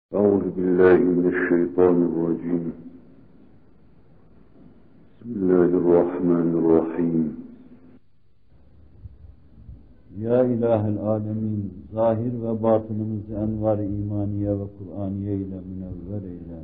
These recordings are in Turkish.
أعوذ بالله من الشيطان الرجيم. بسم الله الرحمن الرحيم. Ya İlahel Alemin, zahir ve batınımızı envar-ı imaniye ve Kur'aniye ile münevver eyle.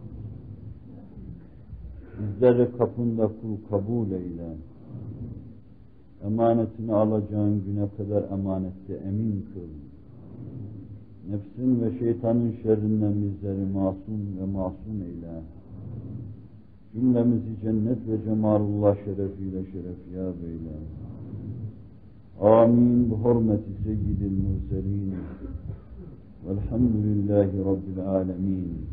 Bizleri kapında kul kabul eyle. Emanetini alacağın güne kadar emanette emin kıl. Nefsin ve şeytanın şerrinden bizleri masum ve masum eyle. Cümlemizi cennet ve cemalullah şerefiyle şerefiyab eyle. Amin. Bu hürmeti seyyidil murselin. Velhamdülillahi Rabbil alemin.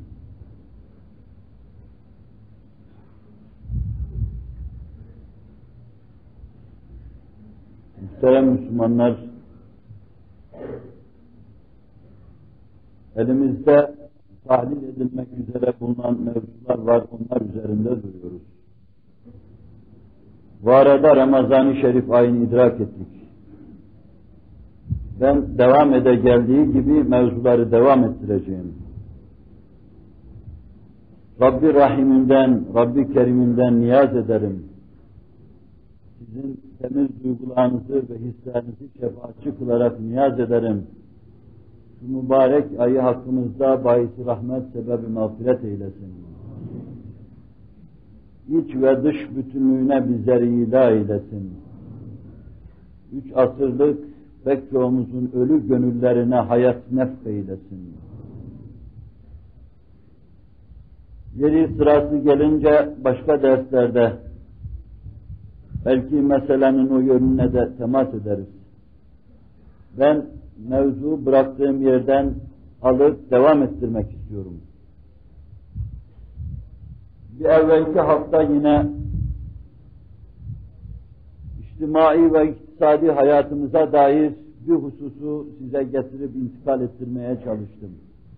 Muhterem Müslümanlar, elimizde tahlil edilmek üzere bulunan mevzular var, onlar üzerinde duruyoruz. Bu arada Ramazan-ı Şerif ayını idrak ettik. Ben devam geldiği gibi mevzuları devam ettireceğim. Rabbi Rahim'inden, Rabbi Kerim'inden niyaz ederim. Sizin temiz duygularınızı ve hislerinizi şefaatçi kılarak niyaz ederim. Şu mübarek ayı hakkımızda bahis-i rahmet sebebi mağfiret eylesin. İç ve dış bütünlüğüne bizleri ila eylesin. 3 asırlık pek çoğumuzun ölü gönüllerine hayat nefeylesin. Yeri sırası gelince başka derslerde belki meselenin o yönüne de temas ederiz. Ben mevzu bıraktığım yerden alıp devam ettirmek istiyorum. Bir evvelki hafta yine içtimai ve iktisadi hayatımıza dair bir hususu size getirip intikal ettirmeye çalıştım.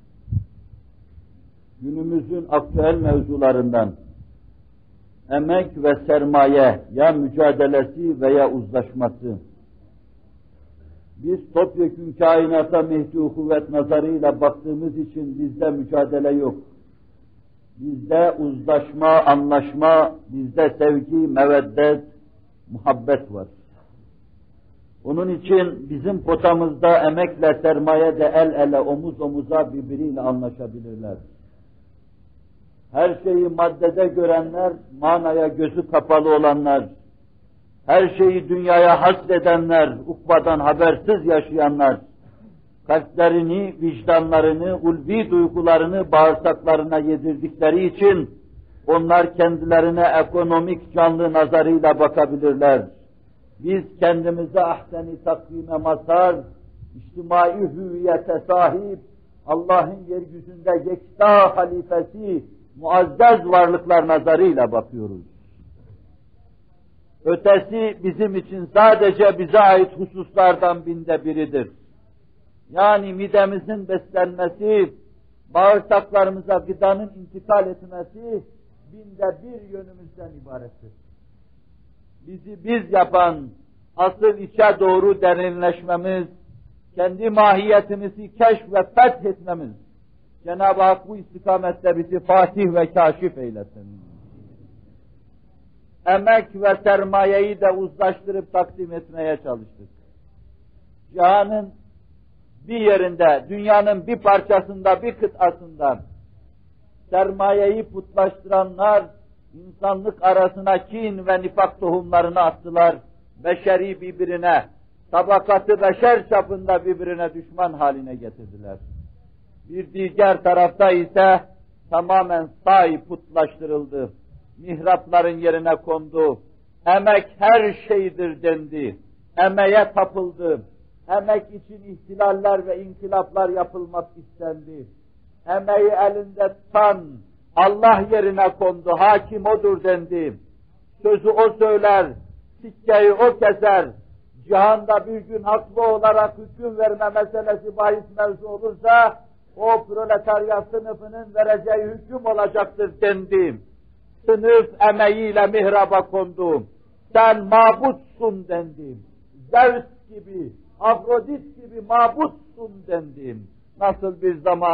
Günümüzün aktüel mevzularından emek ve sermaye ya mücadelesi veya uzlaşması. Biz topyekün kainata mehdi kuvvet nazarıyla baktığımız için bizde mücadele yok. Bizde uzlaşma, anlaşma, bizde sevgi, meveddet, muhabbet var. Onun için bizim potamızda emekle sermaye de el ele, omuz omuza birbiriyle anlaşabilirler. Her şeyi maddede görenler, manaya gözü kapalı olanlar, her şeyi dünyaya hasredenler, ukbadan habersiz yaşayanlar, kalplerini, vicdanlarını, ulvi duygularını bağırsaklarına yedirdikleri için onlar kendilerine ekonomik canlı nazarıyla bakabilirler. Biz kendimize ahsen-i takvime mazhar, içtimai hüviyete sahip, Allah'ın yeryüzünde yekta halifesi, muazzez varlıklar nazarıyla bakıyoruz. Ötesi bizim için sadece bize ait hususlardan binde biridir. Yani midemizin beslenmesi, bağırsaklarımıza gıdanın intikal etmesi binde bir yönümüzden ibarettir. Bizi biz yapan asıl içe doğru derinleşmemiz, kendi mahiyetimizi keşf ve fethetmemiz, Cenab-ı Hak bu istikamette bizi fatih ve kâşif eylesin. Emek ve sermayeyi de uzlaştırıp takdim etmeye çalıştık. Cihanın bir yerinde, dünyanın bir parçasında, bir kıtasında sermayeyi putlaştıranlar, insanlık arasına kin ve nifak tohumlarını attılar, beşeri birbirine, tabakatı beşer çapında birbirine düşman haline getirdiler. Bir diğer tarafta ise tamamen sahi putlaştırıldı. Mihrapların yerine kondu. Emek her şeydir dendi. Emeğe tapıldı. Emek için ihtilaller ve inkılaplar yapılmak istendi. Emeği elinde tutan Allah yerine kondu. Hakim odur dendi. Sözü o söyler, sikkeyi o keser. Cihanda bir gün haklı olarak hüküm verme meselesi bahis mevzu olursa o proletarya sınıfının vereceği hüküm olacaktır dendi. Sınıf emeğiyle mihraba kondu. Sen mabutsun dendi. Zeus gibi, Afrodit gibi mabutsun dendi. Nasıl bir zaman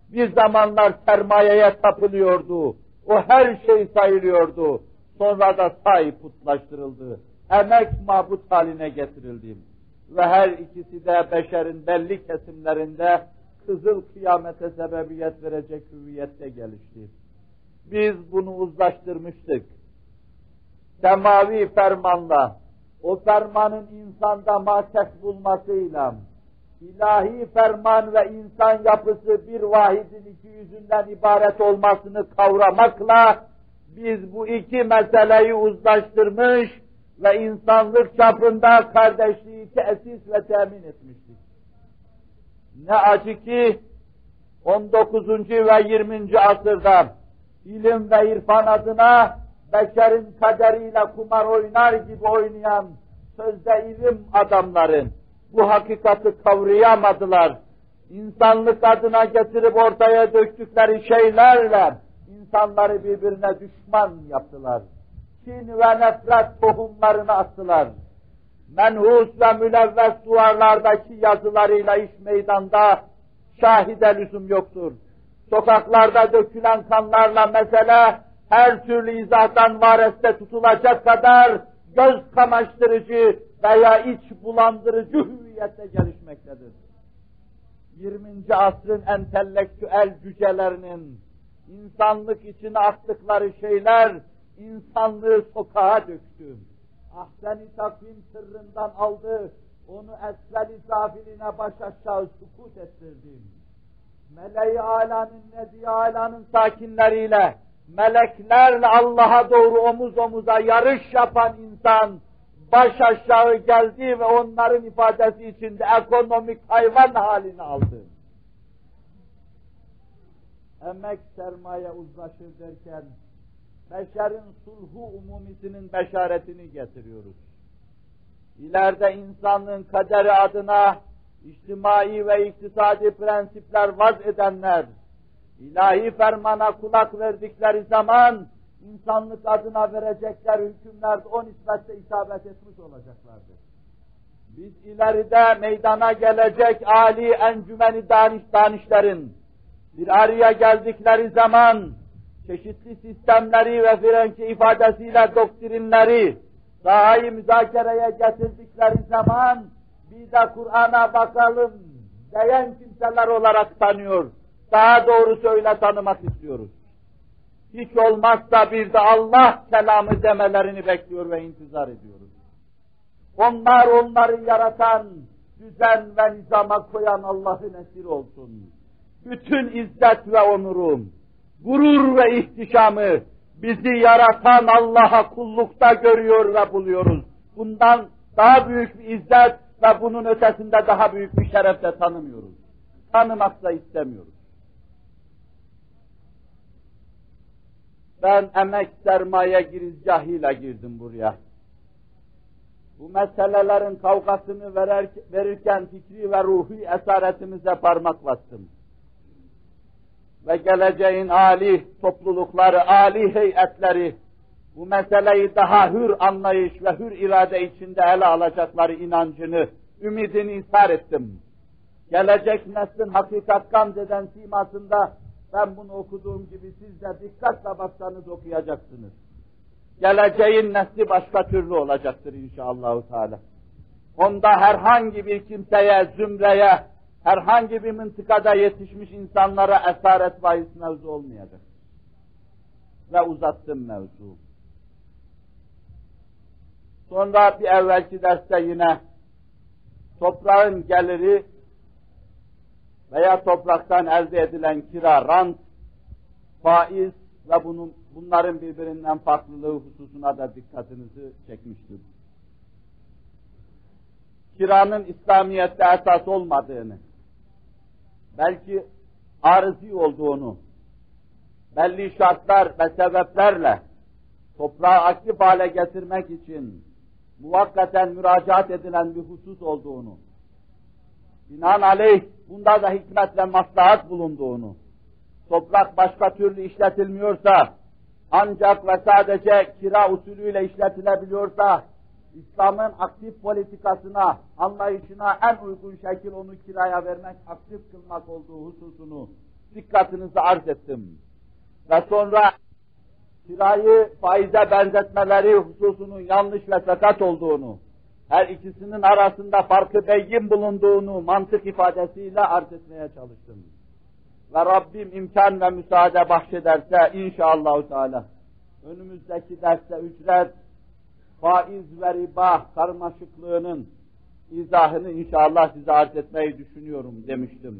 Bir zamanlar sermayeye tapılıyordu. O her şey sayılıyordu. Sonra da putlaştırıldı. Emek mabut haline getirildi. Ve her ikisi de beşerin belli kesimlerinde kızıl kıyamete sebebiyet verecek hüviyette gelişti. Biz bunu uzlaştırmıştık. Semavi fermanla, o fermanın insanda mahkes bulmasıyla, ilahi ferman ve insan yapısı bir vahidin iki yüzünden ibaret olmasını kavramakla, biz bu iki meseleyi uzlaştırmış ve insanlık çapında kardeşliği tesis ve temin etmiştik. Ne acı ki 19. ve 20. asırda ilim ve irfan adına beşerin kaderiyle kumar oynar gibi oynayan sözde ilim adamların bu hakikati kavrayamadılar. İnsanlık adına getirip ortaya döktükleri şeylerle insanları birbirine düşman yaptılar. Kin ve nefret tohumlarını attılar. Menhus ve mülevves duvarlardaki yazılarıyla iş meydanda şahide lüzum yoktur. Sokaklarda dökülen kanlarla mesele her türlü izahdan vareste tutulacak kadar göz kamaştırıcı veya iç bulandırıcı hüviyette gelişmektedir. 20. asrın entelektüel cücelerinin insanlık içine attıkları şeyler insanlığı sokağa döktü. Ahsen-i takvim sırrından aldı, onu esvel-i safiline baş aşağı sukut ettirdi. Meleği alanın, nedi alanın sakinleriyle, meleklerle Allah'a doğru omuz omuza yarış yapan insan, baş aşağı geldi ve onların ifadesi içinde ekonomik hayvan halini aldı. Emek sermaye uzlaşır derken, beşerin sulhu umumisinin beşaretini getiriyoruz. İleride insanlığın kaderi adına içtimai ve iktisadi prensipler vaz edenler, ilahi fermana kulak verdikleri zaman insanlık adına verecekler hükümlerde o nispetle isabet etmiş olacaklardır. Biz ileride meydana gelecek âli encümeni danişlerin bir araya geldikleri zaman çeşitli sistemleri ve Frenki ifadesiyle doktrinleri sahayı müzakereye getirdikleri zaman bir de Kur'an'a bakalım diyen kimseler olarak tanıyor. Daha doğrusu öyle tanımak istiyoruz. Hiç olmazsa bir de Allah kelamı demelerini bekliyor ve intizar ediyoruz. Onlar onları yaratan, düzen ve nizama koyan Allah'ın esiri olsun. Bütün izzet ve onurum, gurur ve ihtişamı bizi yaratan Allah'a kullukta görüyor ve buluyoruz. Bundan daha büyük bir izzet ve bunun ötesinde daha büyük bir şeref de tanımıyoruz. Tanımak da istemiyoruz. Ben emek sermaye girizgahıyla girdim buraya. Bu meselelerin kavgasını verirken fikri ve ruhi esaretimize parmak bastım. Ve geleceğin âli toplulukları, âli heyetleri bu meseleyi daha hür anlayış ve hür irade içinde ele alacakları inancını, ümidini ishar ettim. Gelecek neslin hakikat gamz eden simasında ben bunu okuduğum gibi siz de dikkatle baksanız okuyacaksınız. Geleceğin nesli başka türlü olacaktır inşallahü teala. Onda herhangi bir kimseye, zümreye, herhangi bir mıntıkada yetişmiş insanlara esaret bahis mevzu olmayacak. Ve uzattım mevzu. Sonra bir evvelki derste yine toprağın geliri veya topraktan elde edilen kira, rant, faiz ve bunların birbirinden farklılığı hususuna da dikkatinizi çekmiştir. Kiranın İslamiyet'te esas olmadığını, belki arızi olduğunu, belli şartlar ve sebeplerle toprağı aktif hale getirmek için muvakkaten müracaat edilen bir husus olduğunu, binaenaleyh bunda da hikmet ve maslahat bulunduğunu, toprak başka türlü işletilmiyorsa, ancak ve sadece kira usulüyle işletilebiliyorsa, İslam'ın aktif politikasına, anlayışına en uygun şekil onu kiraya vermek, aktif kılmak olduğu hususunu dikkatinizi arz ettim. Ve sonra kirayı faize benzetmeleri hususunun yanlış ve sakat olduğunu, her ikisinin arasında farkı beyin bulunduğunu mantık ifadesiyle arz etmeye çalıştım. Ve Rabbim imkan ve müsaade bahşederse inşallah Teala önümüzdeki derste ücret, faiz ve riba karmaşıklığının izahını inşallah size arz etmeyi düşünüyorum demiştim.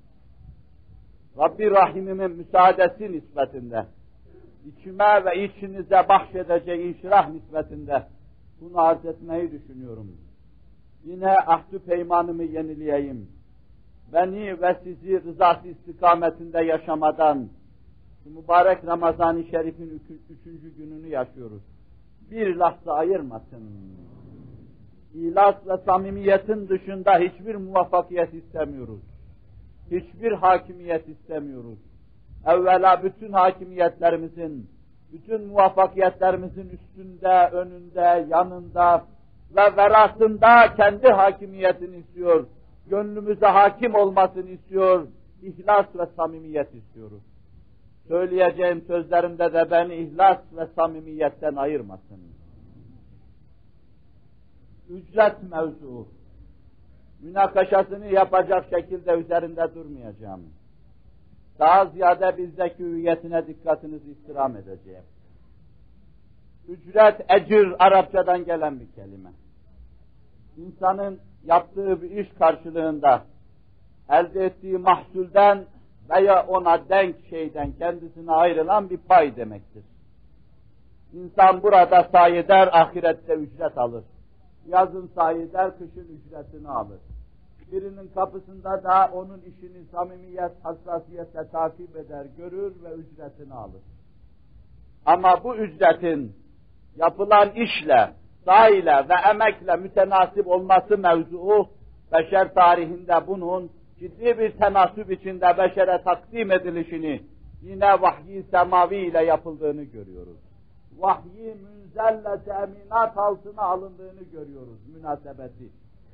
Rabbi Rahimimin müsaadesi nispetinde, içime ve içinize bahşedeceği inşirah nispetinde bunu arz etmeyi düşünüyorum. Yine ahdü peymanımı yenileyeyim. Beni ve sizi rızası istikametinde yaşamadan, şu mübarek Ramazan-ı Şerif'in 3. gününü yaşıyoruz. Bir lahza ayırmasın. İhlas ve samimiyetin dışında hiçbir muvaffakiyet istemiyoruz. Hiçbir hakimiyet istemiyoruz. Evvela bütün hakimiyetlerimizin, bütün muvaffakiyetlerimizin üstünde, önünde, yanında ve verasında kendi hakimiyetini istiyor. Gönlümüze hakim olmasını istiyor. İhlas ve samimiyet istiyoruz. Söyleyeceğim sözlerimde de beni ihlas ve samimiyetten ayırmasın. Ücret mevzu. Münakaşasını yapacak şekilde üzerinde durmayacağım. Daha ziyade bizdeki hüviyetine dikkatinizi istirham edeceğim. Ücret, ecir Arapçadan gelen bir kelime. İnsanın yaptığı bir iş karşılığında elde ettiği mahsulden veya ona denk şeyden kendisine ayrılan bir pay demektir. İnsan burada sahi eder, ahirette ücret alır. Yazın sahi eder, kışın ücretini alır. Birinin kapısında da onun işini samimiyet, hassasiyetle takip eder, görür ve ücretini alır. Ama bu ücretin yapılan işle, sahiyle ve emekle mütenasip olması mevzuu, beşer tarihinde bunun ciddi bir tenasüp içinde beşere takdim edilişini, yine vahyi semavi ile yapıldığını görüyoruz. Vahyi münzelle teminat altına alındığını görüyoruz, münasebeti.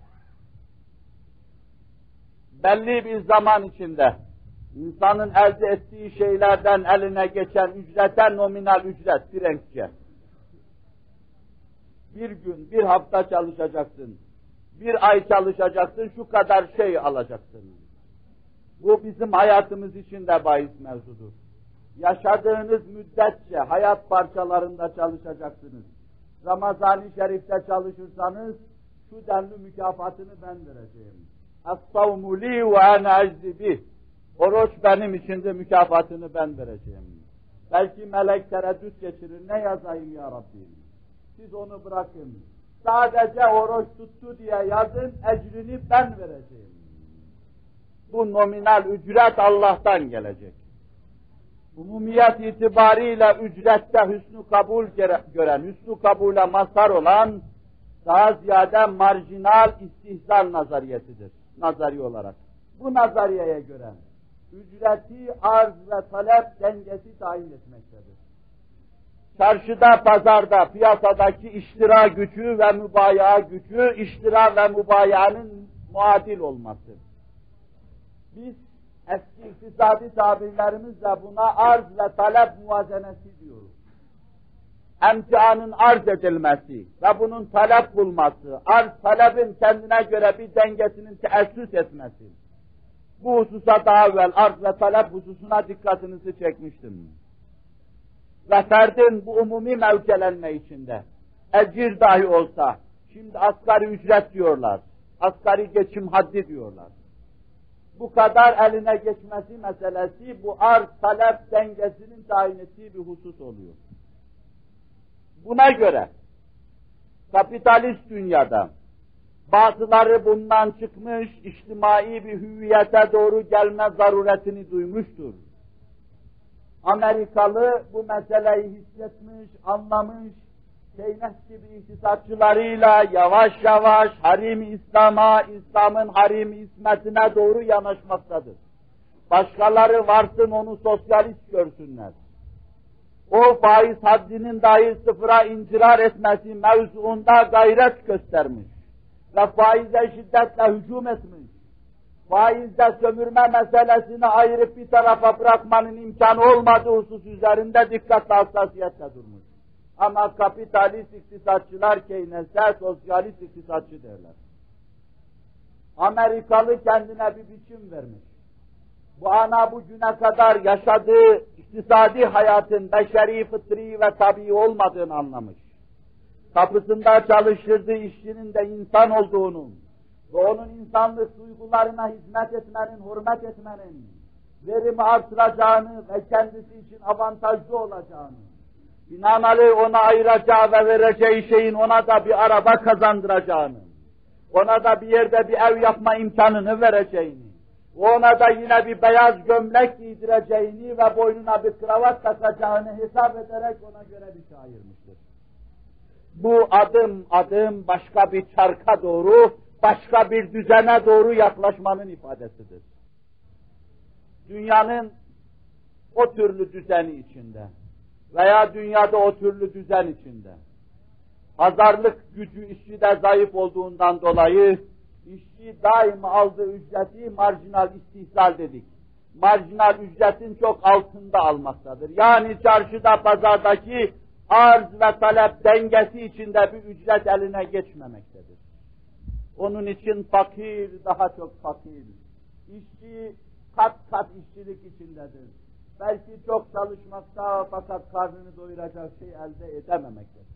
Belli bir zaman içinde insanın elde ettiği şeylerden eline geçen ücrete nominal ücret, frenkçe. Bir gün, bir hafta çalışacaksın, bir ay çalışacaksın, şu kadar şey alacaksın. Bu bizim hayatımız için de bahis mevzudur. Yaşadığınız müddetçe hayat parçalarında çalışacaksınız. Ramazan-ı Şerif'te çalışırsanız şu denli mükafatını ben vereceğim. Es-savmu li ve ene eczi bih. Oruç benim için de mükafatını ben vereceğim. Belki melek tereddüt geçirir. Ne yazayım ya Rabbim? Siz onu bırakın. Sadece oruç tuttu diye yazın, ecrini ben vereceğim. Bu nominal ücret Allah'tan gelecek. Umumiyet itibariyle ücrette hüsnü kabul gören, hüsnü kabule mazhar olan daha ziyade marjinal istihzal nazariyetidir, nazari olarak. Bu nazariyeye göre ücreti arz ve talep dengesi tayin etmektedir. Çarşıda, pazarda, piyasadaki iştira gücü ve mübayaa gücü, iştira ve mübayaanın muadil olması. Biz eski iktisadi tabirlerimizle buna arz ve talep muvazenesi diyoruz. Emtianın arz edilmesi ve bunun talep bulması, arz talebin kendine göre bir dengesinin teessüs etmesi. Bu hususa daha evvel arz ve talep hususuna dikkatinizi çekmiştim. Ve ferdin bu umumi mevkelenme içinde, ecir dahi olsa, şimdi asgari ücret diyorlar, asgari geçim haddi diyorlar. Bu kadar eline geçmesi meselesi bu arz-talep dengesinin tayin ettiği bir husus oluyor. Buna göre kapitalist dünyada bazıları bundan çıkmış, içtimai bir hüviyete doğru gelme zaruretini duymuştur. Amerikalı bu meseleyi hissetmiş, anlamış, Keynes gibi iktisatçılarıyla yavaş yavaş harim-i İslam'a, İslam'ın harim-i ismetine doğru yanaşmaktadır. Başkaları varsın onu sosyalist görsünler. O faiz haddinin dahi sıfıra incirar etmesi mevzuunda gayret göstermiş ve faize şiddetle hücum etmiş. faizde sömürme meselesini ayırıp bir tarafa bırakmanın imkanı olmadığı husus üzerinde dikkatle hassasiyetle durmuş. Ama kapitalist iktisatçılar Keynes'e sosyalist iktisatçı derler. Amerikalı kendine bir biçim vermiş. Bu ana bugüne kadar yaşadığı iktisadi hayatın beşeri, fıtri ve tabii olmadığını anlamış. Kapısında çalıştırdığı işçinin de insan olduğunu ve onun insanlık duygularına hizmet etmenin, hürmet etmenin, verimi artıracağını ve kendisi için avantajlı olacağını, binaenaleyh ona ayıracağı ve vereceği şeyin ona da bir araba kazandıracağını, ona da bir yerde bir ev yapma imkanını vereceğini, ona da yine bir beyaz gömlek giydireceğini ve boynuna bir kravat takacağını hesap ederek ona göre bir şey ayırmıştır. Bu adım adım başka bir çarka doğru, başka bir düzene doğru yaklaşmanın ifadesidir. Dünyanın o türlü düzeni içinde veya dünyada o türlü düzen içinde pazarlık gücü işçide zayıf olduğundan dolayı işçi daima aldığı ücreti marjinal istihsal dedik. Marjinal ücretin çok altında almaktadır. Yani çarşıda, pazardaki arz ve talep dengesi içinde bir ücret eline geçmemektedir. Onun için fakir daha çok fakir. İşçi kat kat işçilik içindedir. Belki çok çalışmakta fakat karnını doyuracak şey elde edememektedir.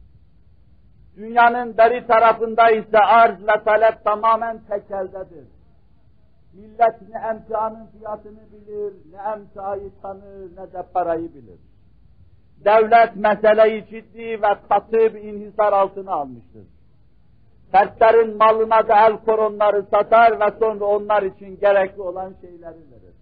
Dünyanın beri tarafında ise arz ve talep tamamen tekeldedir. Millet ne emtianın fiyatını bilir, ne emtiayı tanır, ne de parayı bilir. Devlet meseleyi ciddi ve katı bir inhisar altına almıştır. Fertlerin malına da el koronları satar ve sonra onlar için gerekli olan şeyleri verir.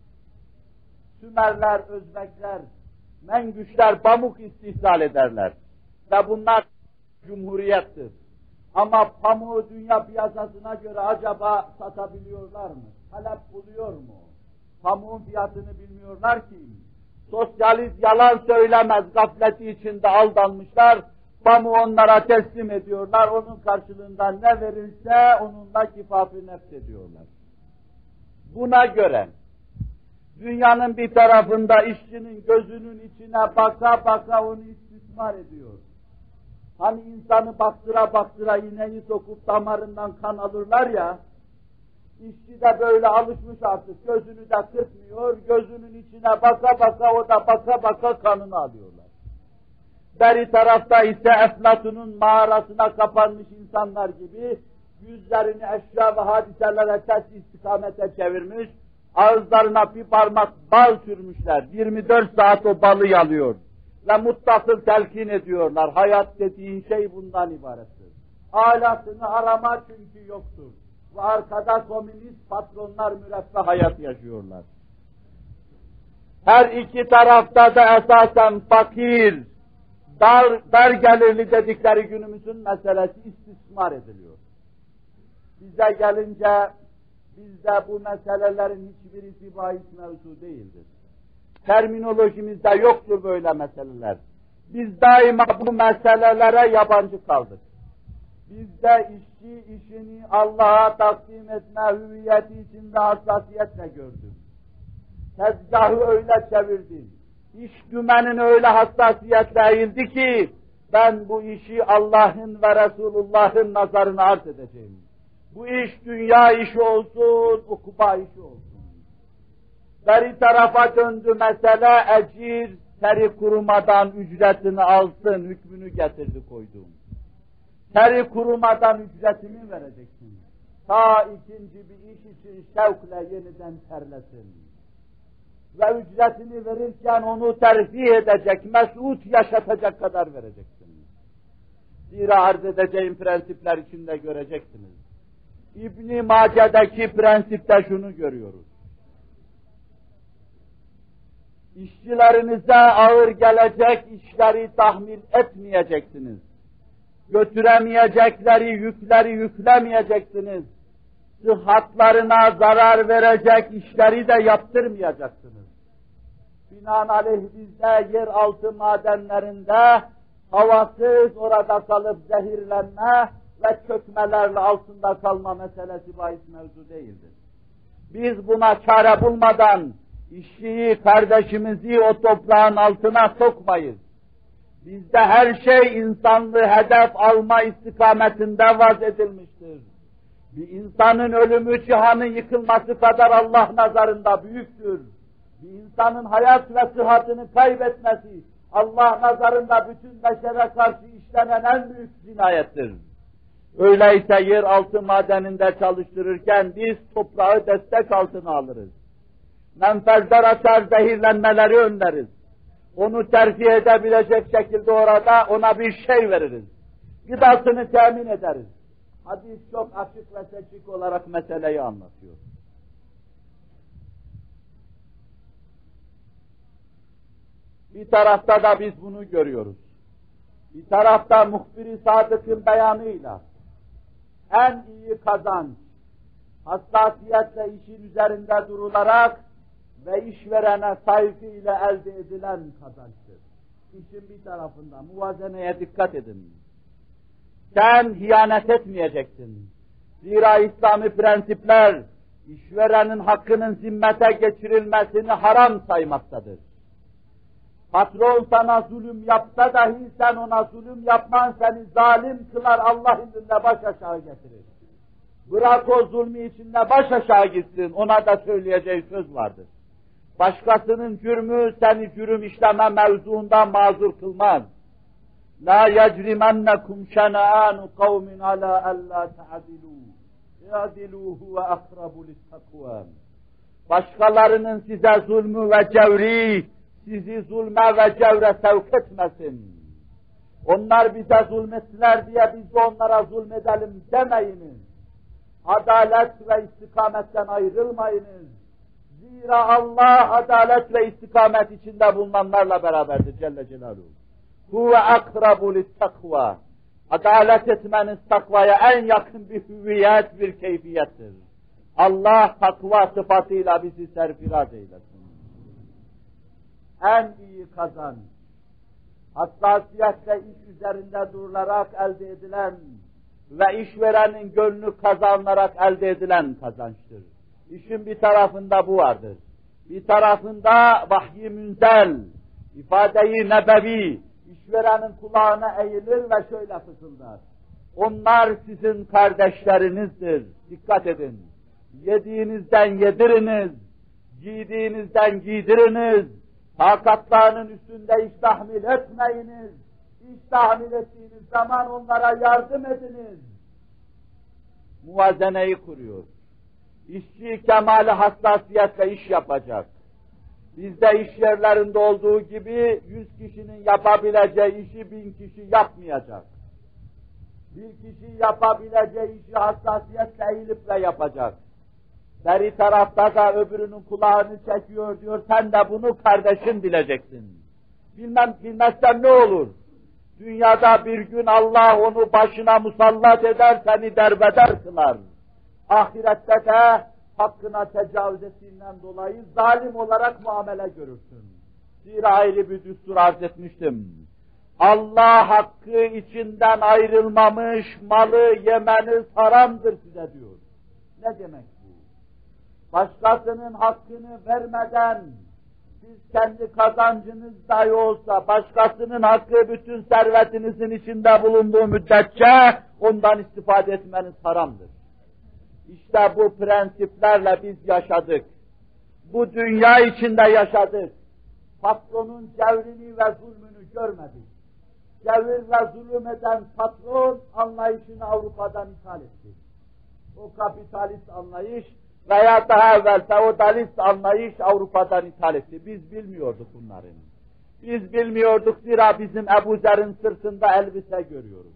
Sümerler, Özbekler, Mengüşler pamuk istihsal ederler. Ve bunlar cumhuriyettir. Ama pamuğu dünya piyasasına göre acaba satabiliyorlar mı? Talep buluyor mu? Pamuğun fiyatını bilmiyorlar ki. Sosyalist yalan söylemez, gafleti içinde aldanmışlar. Pamuğu onlara teslim ediyorlar. Onun karşılığında ne verirse onunla kifafı nefs ediyorlar. Buna göre dünyanın bir tarafında işçinin gözünün içine baka baka onu istismar ediyor. Hani insanı baktıra baktıra iğneyi sokup damarından kan alırlar ya, işçi de böyle alışmış artık, gözünü de kırpmıyor, gözünün içine baka baka o da baka baka kanını alıyorlar. Beri tarafta ise Eflatun'un mağarasına kapanmış insanlar gibi yüzlerini eşya ve hadiselere ters istikamete çevirmiş, ağızlarına bir parmak bal sürmüşler, 24 saat o balı yalıyor. Ve muttasıl telkin ediyorlar. Hayat dediğin şey bundan ibarettir. Alasını arama çünkü yoktur. Ve arkada komünist patronlar müreffeh hayat yaşıyorlar. Her iki tarafta da esasen fakir, dar gelirli dedikleri günümüzün meselesi istismar ediliyor. Bize gelince bizde bu meselelerin hiçbirisi bahis mevzu değildir. Terminolojimizde yoktur böyle meseleler. Biz daima bu meselelere yabancı kaldık. Bizde işçi işini Allah'a takdim etme hüviyeti içinde hassasiyetle gördüm. Tezgahı öyle çevirdim. İş dümenin öyle hassasiyetle eğildi ki ben bu işi Allah'ın ve Resulullah'ın nazarına arz edeceğim. Bu iş dünya işi olsun, ukuba işi olsun. Beri tarafa döndü mesele, ecir, teri kurumadan ücretini alsın, hükmünü getirdi koyduğum. Teri kurumadan ücretini vereceksin. Ta ikinci bir iş için şevkle yeniden terlesin. Ve ücretini verirken onu terfi edecek, mesut yaşatacak kadar vereceksin. Zira arz edeceğim prensipler içinde göreceksiniz. İbn-i Mace'deki prensipte şunu görüyoruz. İşçilerinize ağır gelecek işleri tahmil etmeyeceksiniz. Götüremeyecekleri yükleri yüklemeyeceksiniz. Sıhhatlarına zarar verecek işleri de yaptırmayacaksınız. Binaenaleyh bizde yeraltı madenlerinde havasız orada kalıp zehirlenme ve çökmelerle altında kalma meselesi bahis mevzu değildir. Biz buna çare bulmadan işçiyi, kardeşimizi o toprağın altına sokmayız. Bizde her şey insanlığı hedef alma istikametinde vaz edilmiştir. Bir insanın ölümü, cihanın yıkılması kadar Allah nazarında büyüktür. Bir insanın hayat ve sıhhatini kaybetmesi, Allah nazarında bütün beşere karşı işlenen en büyük cinayettir. Öyleyse yeraltı madeninde çalıştırırken biz toprağı destek altına alırız. Menfezler açar, zehirlenmeleri önleriz. Onu terfi edebilecek şekilde orada ona bir şey veririz. Gıdasını temin ederiz. Hadis çok açık ve seçik olarak meseleyi anlatıyor. Bir tarafta da biz bunu görüyoruz. Bir tarafta muhbir-i sadıkın beyanıyla en iyi kazanç, hassasiyetle işin üzerinde durularak ve işverene saygı ile elde edilen kazançtır. İşin bir tarafında muvazeneye dikkat edin. Sen hiyanet etmeyeceksin. Zira İslami prensipler işverenin hakkının zimmete geçirilmesini haram saymaktadır. Patron sana zulüm yapsa dahi sen ona zulüm yapman seni zalim kılar, Allah indinde baş aşağı getirir. Bırak o zulmü içinde baş aşağı gitsin, ona da söyleyeceği söz vardır. Başkasının cürmü seni cürüm işleme mevzuundan mazur kılmaz. La yecrimennekum şena'anu kavmin ala alla ta'dilu. İ'dilu huve akrabu littakva. Başkalarının size zulmü ve cevri sizi zulme ve cevre sevk etmesin. Onlar bize zulmettiler diye biz de onlara zulmedelim demeyiniz. Adalet ve istikametten ayrılmayınız. Zira Allah adalet ve istikamet içinde bulunanlarla beraberdir Celle Celaluhu. Huve akrabu littakva. Adalet etmeniz takvaya en yakın bir hüviyet, bir keyfiyettir. Allah takva sıfatıyla bizi serfiraz eylesin. En iyi kazanç, hassasiyetle iş üzerinde durularak elde edilen ve işverenin gönlünü kazanarak elde edilen kazançtır. İşin bir tarafında bu vardır. Bir tarafında vahyi münzel, ifadeyi nebevi, işverenin kulağına eğilir ve şöyle fısıldar. Onlar sizin kardeşlerinizdir. Dikkat edin. Yediğinizden yediriniz, giydiğinizden giydiriniz, takatlarının üstünde iş tahmil etmeyiniz, iş tahmil ettiğiniz zaman onlara yardım ediniz. Muvazeneyi kuruyor. İşçi kemali hassasiyetle iş yapacak. Bizde iş yerlerinde olduğu gibi 100 kişinin yapabileceği işi 1000 kişi yapmayacak. Bir kişi yapabileceği işi hassasiyetle eğilip de yapacak. Beri tarafta da öbürünün kulağını çekiyor diyor, sen de bunu kardeşin bileceksin. Bilmezsen ne olur? Dünyada bir gün Allah onu başına musallat eder, seni derbeder kılar. Ahirette de hakkına tecavüz ettiğinden dolayı zalim olarak muamele görürsün. Zira ayrı bir düstur arz etmiştim. Allah hakkı içinden ayrılmamış malı yemeniz haramdır size diyor. Ne demek bu? Başkasının hakkını vermeden siz kendi kazancınız dahi olsa başkasının hakkı bütün servetinizin içinde bulunduğu müddetçe ondan istifade etmeniz haramdır. İşte bu prensiplerle biz yaşadık. Bu dünya içinde yaşadık. Patronun cevrini ve zulmünü görmedik. Cevir ve zulüm eden patron anlayışını Avrupa'dan ithal etti. O kapitalist anlayış veya daha evvel feodalist anlayış Avrupa'dan ithal etti. Biz bilmiyorduk bunların. Biz bilmiyorduk zira bizim Ebu Zer'in sırtında elbise görüyoruz.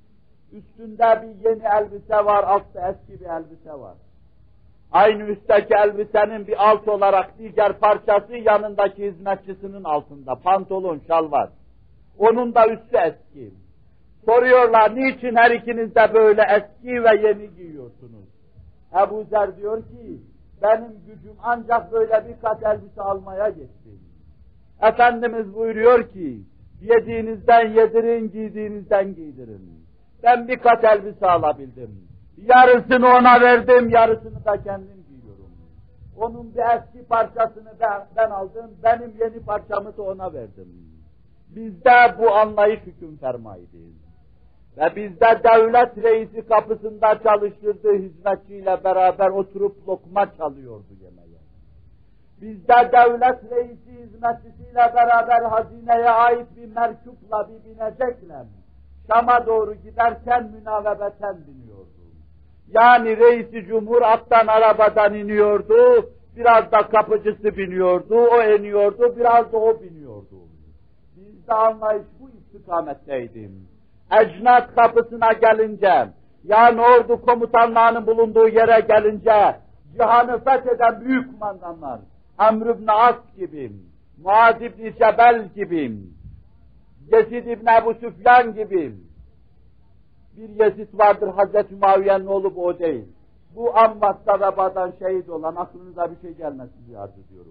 Üstünde bir yeni elbise var, altta eski bir elbise var. Aynı üstteki elbisenin bir alt olarak diğer parçası yanındaki hizmetçisinin altında, pantolon, şal var. Onun da üstü eski. Soruyorlar, niçin her ikiniz de böyle eski ve yeni giyiyorsunuz? Ebu Zer diyor ki, benim gücüm ancak böyle birkaç elbise almaya yetti. Efendimiz buyuruyor ki, yediğinizden yedirin, giydiğinizden giydirin. Ben birkaç elbise alabildim. Yarısını ona verdim, yarısını da kendim giyiyorum. Onun bir eski parçasını ben aldım, benim yeni parçamı da ona verdim. Bizde bu anlayış hüküm fermaydı. Ve bizde devlet reisi kapısında çalıştırdığı hizmetçiyle beraber oturup lokma çalıyordu yemeğe. Bizde devlet reisi hizmetçisiyle beraber hazineye ait bir merkupla, bir binecekle Şam'a doğru giderken münavebeten biniyordu. Yani reisi cumhur attan arabadan iniyordu, biraz da kapıcısı biniyordu, o iniyordu, biraz da o biniyordu. Bizde anlayış bu istikametteydi. Ecnat kapısına gelince, yani ordu komutanlarının bulunduğu yere gelince, cihanı fetheden büyük kumandanlar, Amr ibn As gibi, Muaz ibn Cebel gibi, Yezid ibn Ebu Süfyan gibi, bir Yezid vardır Hazreti Muaviye'nin oğlu, bu o değil. Bu Ammas'ta vebadan şehit olan, aklınıza bir şey gelmesin diye arz ediyorum.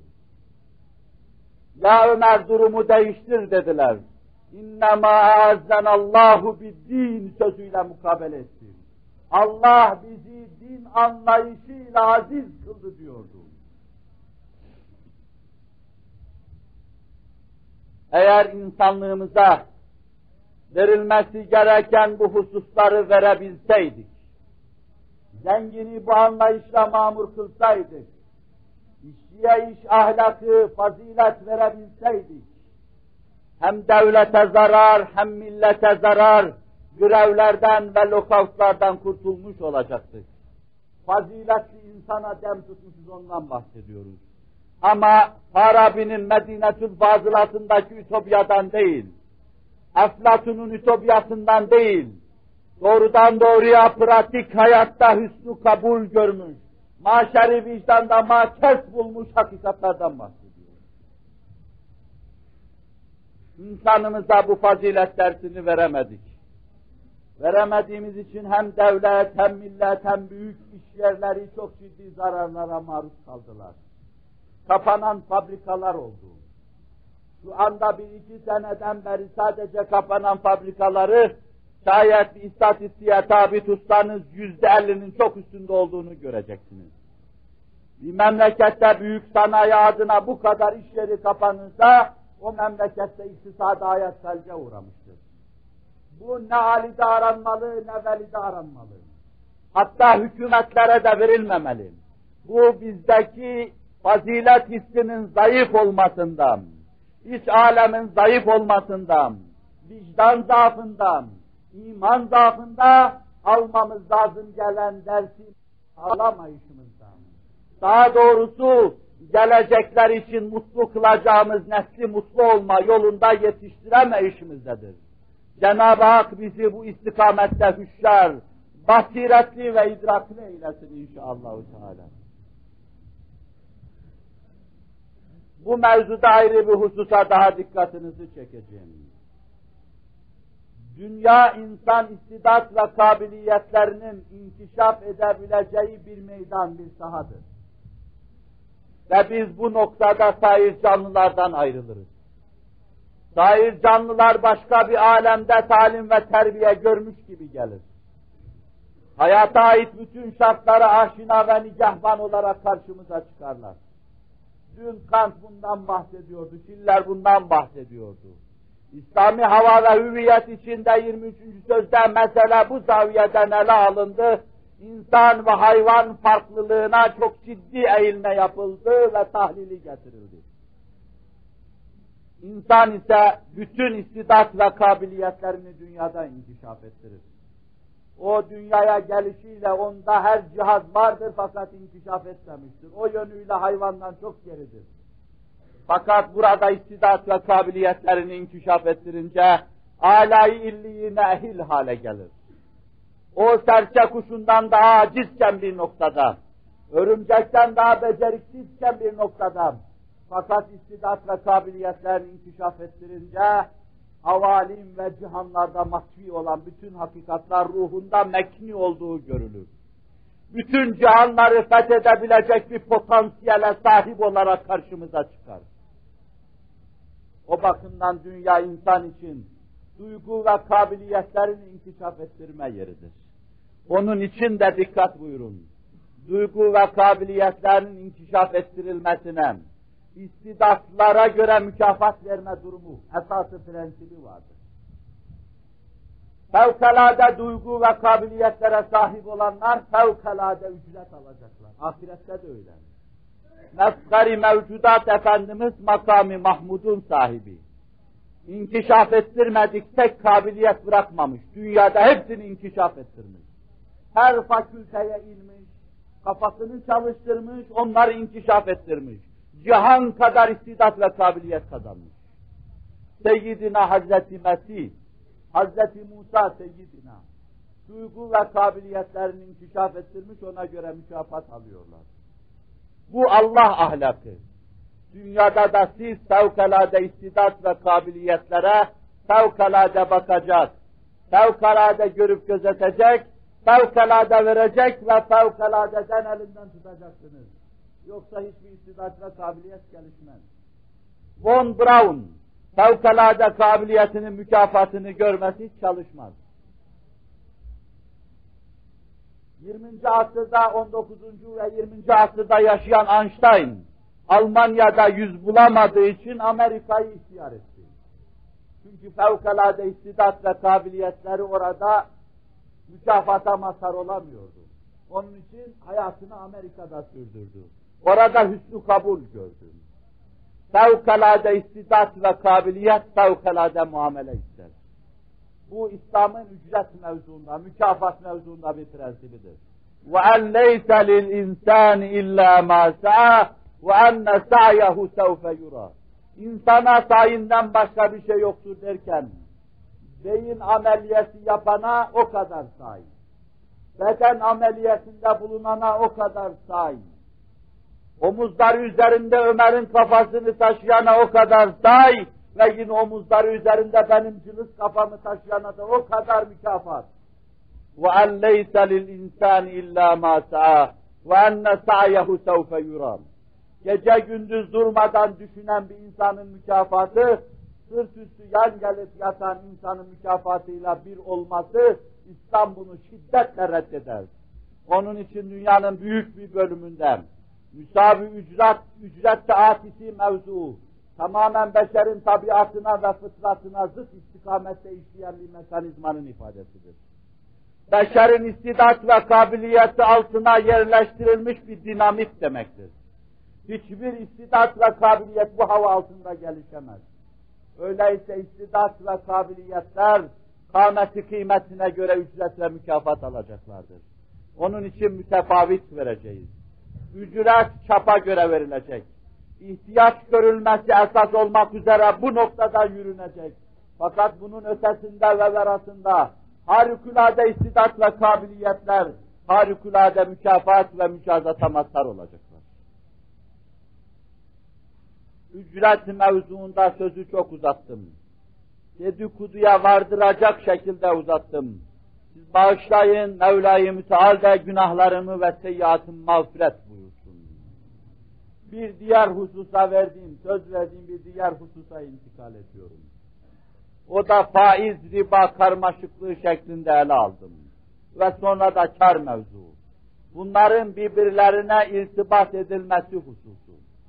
Ya Ömer, durumu değiştir dediler. İnnemâ azzenallahu biddin sözüyle mukabele etti. Allah bizi din anlayışıyla aziz kıldı diyordu. Eğer insanlığımıza verilmesi gereken bu hususları verebilseydik, zengini bu anlayışla mamur kılsaydık, işçiye iş ahlakı, fazilet verebilseydik, hem devlete zarar, hem millete zarar, grevlerden ve lokavtlardan kurtulmuş olacaktık. Faziletli insana dem tutmuşuz, ondan bahsediyoruz. Ama Farabi'nin Medinetül Fazılat'ındaki ütopyadan değil, Eflatun'un ütopyasından değil, doğrudan doğruya pratik hayatta hüsnü kabul görmüş, maşeri vicdanda makes bulmuş hakikatlerden bahsediyor. İnsanımıza bu fazilet dersini veremedik. Veremediğimiz için hem devlet, hem millet, hem büyük iş yerleri çok ciddi zararlara maruz kaldılar. Kapanan fabrikalar oldu. Şu anda bir iki seneden beri sadece kapanan fabrikaları şayet bir istatistiğe tabi tutsanız %50'nin çok üstünde olduğunu göreceksiniz. Bir memlekette büyük sanayi adına bu kadar iş yeri kapanırsa o memlekette iktisada hayat felce uğramıştır. Bu ne alide aranmalı ne velide aranmalı. Hatta hükümetlere de verilmemeli. Bu bizdeki fazilet hissinin zayıf olmasından, iç alemin zayıf olmasından, vicdan zaafından, iman zaafında almamız lazım gelen dersi alamayışımızdan. Daha doğrusu gelecekler için mutlu kılacağımız nesli mutlu olma yolunda yetiştiremeyişimizdedir. Cenab-ı Hak bizi bu istikamette hüşyar, basiretli ve idrakli eylesin inşallah. Bu mevzuda ayrı bir hususa daha dikkatinizi çekeceğim. Dünya insan istidat ve kabiliyetlerinin inkişaf edebileceği bir meydan, bir sahadır. Ve biz bu noktada sair canlılardan ayrılırız. Sair canlılar başka bir alemde talim ve terbiye görmüş gibi gelir. Hayata ait bütün şartlara aşina ve nigahban olarak karşımıza çıkarlar. Dün Kant bundan bahsediyordu, Schiller bundan bahsediyordu. İslami hava ve hüviyet içinde 23. sözde mesele bu zaviyeden ele alındı. İnsan ve hayvan farklılığına çok ciddi eğilme yapıldı ve tahlili getirildi. İnsan ise bütün istidat ve kabiliyetlerini dünyada inkişaf ettirir. O dünyaya gelişiyle onda her cihaz vardır fakat inkişaf etmemiştir. O yönüyle hayvandan çok geridir. Fakat burada istidat ve kabiliyetlerini inkişaf ettirince âlâ-i illiyine ehil hale gelir. O serçe kuşundan daha acizken bir noktada, örümcekten daha beceriksizken bir noktada, fakat istidat ve kabiliyetlerini inkişaf ettirince avalim ve cihanlarda mahvi olan bütün hakikatlar ruhunda mekni olduğu görülür. Bütün cihanları fethedebilecek bir potansiyele sahip olarak karşımıza çıkar. O bakımdan dünya insan için duygu ve kabiliyetlerini inkişaf ettirme yeridir. Onun için de dikkat buyurun. duygu ve kabiliyetlerinin inkişaf ettirilmesine, istidatlara göre mükafat verme durumu, esası prensibi vardır. Fevkalade duygu ve kabiliyetlere sahip olanlar fevkalade ücret alacaklar. Ahirette de öyle. Mefkari mevcudat Efendimiz makami Mahmud'un sahibi. İnkişaf ettirmedik tek kabiliyet bırakmamış. Dünyada hepsini inkişaf ettirmiş. Her fakülteye inmiş, kafasını çalıştırmış, onları inkişaf ettirmiş. Cihan kadar istidat ve kabiliyet kazanmış. Seyyidina Hazreti Mesih, Hazreti Musa Seyyidina, duygu ve kabiliyetlerini inkişaf ettirmiş, ona göre mükafat alıyorlar. Bu Allah ahlakı. Dünyada da siz fevkalade istidat ve kabiliyetlere fevkalade bakacak, fevkalade görüp gözetecek, fevkalade verecek ve fevkaladeden elinden tutacaksınız. Yoksa hiçbir istidat ve kabiliyet gelişmez. Von Braun, fevkalade kabiliyetinin mükafatını görmesi hiç çalışmaz. 20. asırda, 19. ve 20. asırda yaşayan Einstein, Almanya'da yüz bulamadığı için Amerika'yı ihtiyar etti. Çünkü fevkalade istidat ve kabiliyetleri orada mükafata mazhar olamıyordu. Onun için hayatını Amerika'da sürdürdü. Orada hüsnü kabul gördü. Fevkalade istidat ve kabiliyet fevkalade muamele ister. Bu İslam'ın ücret mevzuunda, mükafat mevzuunda bir prensibidir. وَاَنْ لَيْسَ لِلْاِنْسَانِ اِلَّا مَا سَعَى وَاَنَّ سَعْيَهُ سَوْفَ يُرَى. İnsana sayinden başka bir şey yoktur derken, beyin ameliyesi yapana o kadar say. Beden ameliyesinde bulunana o kadar say. Omuzları üzerinde Ömer'in kafasını taşıyana o kadar say. Ve yine omuzları üzerinde benim cılız kafamı taşıyana da o kadar mükafat. وَاَنْ لَيْسَ لِلْاِنْسَانِ اِلَّا مَا سَعَى وَاَنَّ سَعْيَهُ سَوْفَ يُرَى. Gece gündüz durmadan düşünen bir insanın mükafatı, sırt üstü yan gelip yatan insanın mükafatıyla bir olması, İslam bunu şiddetle reddeder. Onun için dünyanın büyük bir bölümünden müsavi ücret taatisi mevzu, tamamen beşerin tabiatına ve fıtratına zıt istikamette işleyen bir mekanizmanın ifadesidir. Beşerin istidat ve kabiliyeti altına yerleştirilmiş bir dinamik demektir. Hiçbir istidat ve kabiliyet bu hava altında gelişemez. Öyleyse istidat ve kabiliyetler kâmeti kıymetine göre ücret ve mükafat alacaklardır. Onun için mütefavit vereceğiz. Ücret çapa göre verilecek. İhtiyaç görülmesi esas olmak üzere bu noktadan yürünecek. Fakat bunun ötesinde ve verasında harikulade istidat ve kabiliyetler, harikulade mükafat ve mükazata mazhar olacaklar. Ücret mevzuunda sözü çok uzattım. Dedikoduya vardıracak şekilde uzattım. Siz bağışlayın, Mevla-i Müteal de günahlarımı ve seyyiatımı mağfiret buyursun. Bir diğer hususa söz verdiğim bir diğer hususa intikal ediyorum. O da faiz, riba karmaşıklığı şeklinde ele aldım. Ve sonra da kar mevzu. Bunların birbirlerine irtibat edilmesi hususu.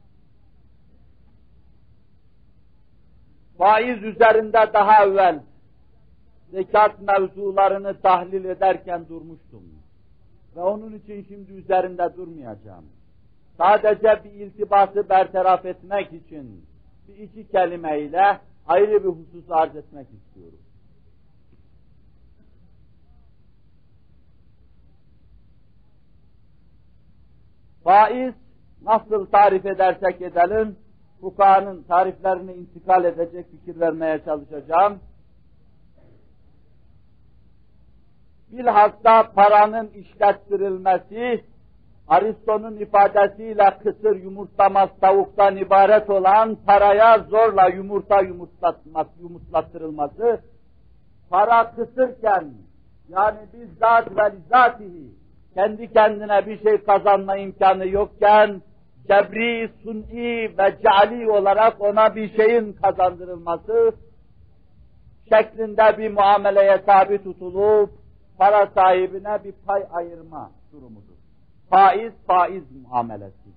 Faiz üzerinde daha evvel zekat mevzularını tahlil ederken durmuştum. Ve onun için şimdi üzerinde durmayacağım. Sadece bir iltibatı bertaraf etmek için bir iki kelimeyle ayrı bir hususu arz etmek istiyorum. Faiz nasıl tarif edersek edelim, fukahanın tariflerine intikal edecek fikir vermeye çalışacağım. Bilhassa paranın işlettirilmesi, Aristo'nun ifadesiyle kısır yumurtlamaz tavuktan ibaret olan paraya zorla yumurta yumurtlattırılması, para kısırken, yani bizzat ve lizatihi, kendi kendine bir şey kazanma imkanı yokken, cebri, sun'i ve ceali olarak ona bir şeyin kazandırılması şeklinde bir muameleye tabi tutulup para sahibine bir pay ayırma durumudur. faiz muamelesi.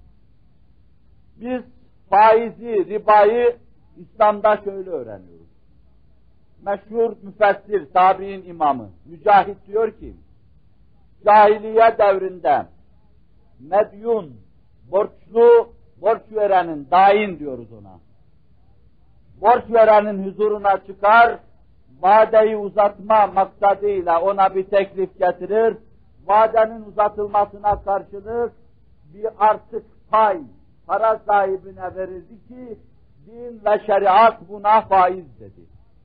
Biz faizi, ribayı İslam'da şöyle öğreniyoruz. Meşhur müfessir, tabi'in imamı Mücahit diyor ki, cahiliye devrinde medyun, borçlu, borç verenin, dain diyoruz ona. Borç verenin huzuruna çıkar, vadeyi uzatma maksadıyla ona bir teklif getirir, vadenin uzatılmasına karşılık bir artık pay, para sahibine verirdi ki, din ve şeriat buna faiz dedi.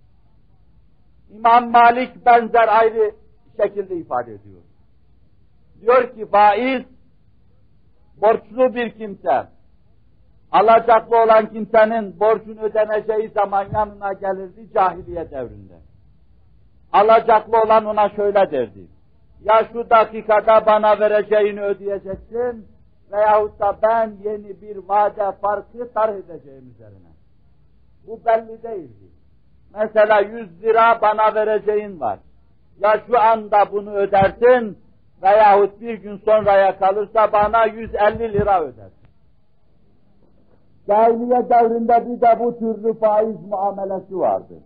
İmam Malik benzer ayrı şekilde ifade ediyor. Diyor ki faiz, borçlu bir kimse, alacaklı olan kimsenin borcunu ödeneceği zaman yanına gelirdi cahiliye devrinde. Alacaklı olan ona şöyle derdi, ya şu dakikada bana vereceğini ödeyeceksin veyahut da ben yeni bir vade farkı tarh edeceğim üzerine. Bu belli değildi. Mesela 100 lira bana vereceğin var. Ya şu anda bunu ödersin veyahut bir gün sonraya kalırsa bana 150 lira ödersin. Cahiliye devrinde bir de bu türlü faiz muamelesi vardı.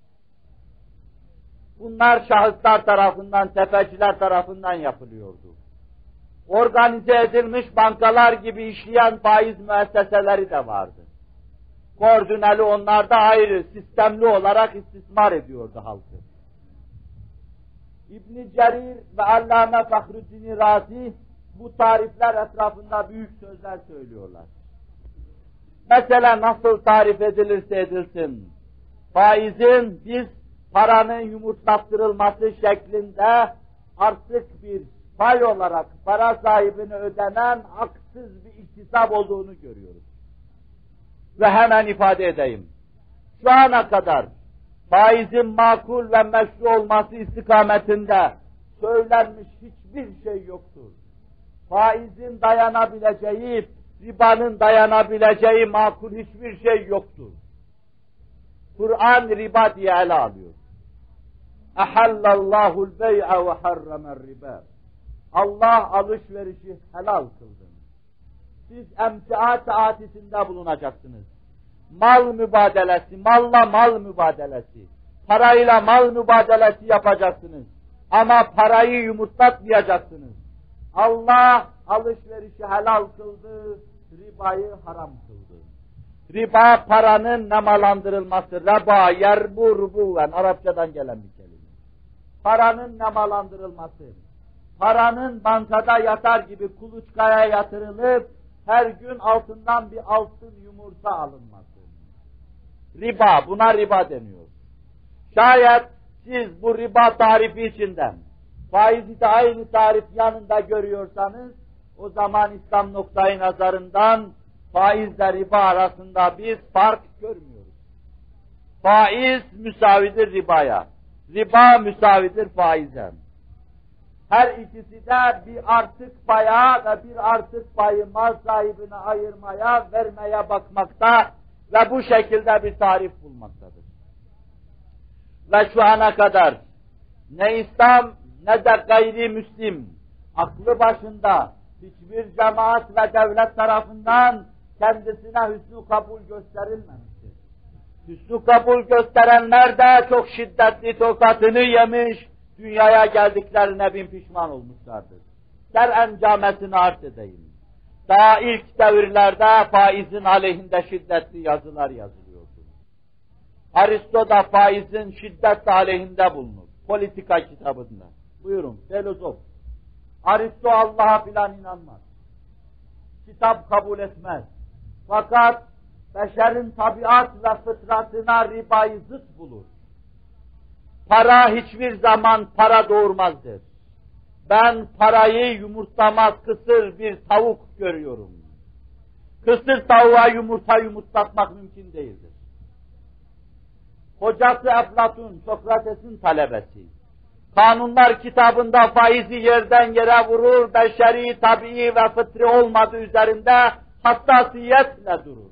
Bunlar şahıslar tarafından, tefeciler tarafından yapılıyordu. Organize edilmiş bankalar gibi işleyen faiz müesseseleri de vardı. Koordineli onlar da ayrı, sistemli olarak istismar ediyordu halkı. İbn-i Cerir ve Allame Fahruddin Razi bu tarifler etrafında büyük sözler söylüyorlar. Mesela nasıl tarif edilirse edilsin, faizin biz paranın yumurtlattırılması şeklinde artık bir pay olarak para sahibine ödenen haksız bir iktisap olduğunu görüyoruz. Ve hemen ifade edeyim. Şu ana kadar faizin makul ve meşru olması istikametinde söylenmiş hiçbir şey yoktur. Faizin dayanabileceği, ribanın dayanabileceği makul hiçbir şey yoktur. Kur'an riba diye ele alıyor. Ahallallahu'l bey'a ve harramer riba. Allah alışverişi helal kıldı. Siz emtia taatisinde bulunacaksınız. Mal mübadelesi, malla mal mübadelesi, parayla mal mübadelesi yapacaksınız. Ama parayı yumurtlatmayacaksınız. Allah alışverişi helal kıldı, ribayı haram kıldı. Riba paranın nemalandırılması, reba, yerbu, rubuven, Arapçadan gelen bir kelime. Paranın nemalandırılması, paranın bankada yatar gibi kuluçkaya yatırılıp, her gün altından bir altın yumurta alınması. Riba, buna riba deniyor. Şayet siz bu riba tarifi içinden, faizi de aynı tarif yanında görüyorsanız, o zaman İslam noktayı nazarından faizle riba arasında biz fark görmüyoruz. Faiz müsavidir ribaya, riba müsavidir faize. Her ikisi de bir artık paya ve bir artık payı mal sahibine ayırmaya, vermeye bakmakta ve bu şekilde bir tarif bulmaktadır. Ve şu ana kadar ne İslam ne de gayrimüslim aklı başında hiçbir cemaat ve devlet tarafından kendisine hüsnü kabul gösterilmemiştir. Hüsnü kabul gösterenler de çok şiddetli tokatını yemiş, dünyaya geldiklerine bin pişman olmuşlardır. Encamesini arz edeyim. Daha ilk devirlerde faizin aleyhinde şiddetli yazılar yazılıyordu. Aristo da faizin şiddetle aleyhinde bulunur. Politika kitabında. Buyurun, filozof. Aristo Allah'a filan inanmaz. Kitap kabul etmez. Fakat beşerin tabiat ve fıtratına ribayı zıt bulur. Para hiçbir zaman para doğurmazdır. Ben parayı yumurtlamaz kısır bir tavuk görüyorum. Kısır tavuğa yumurta yumurtlatmak mümkün değildir. Hocası Eflatun, Sokrates'in talebesi. Kanunlar kitabında faizi yerden yere vurur, beşeri, tabii ve fıtri olmadığı üzerinde hassasiyetle durur.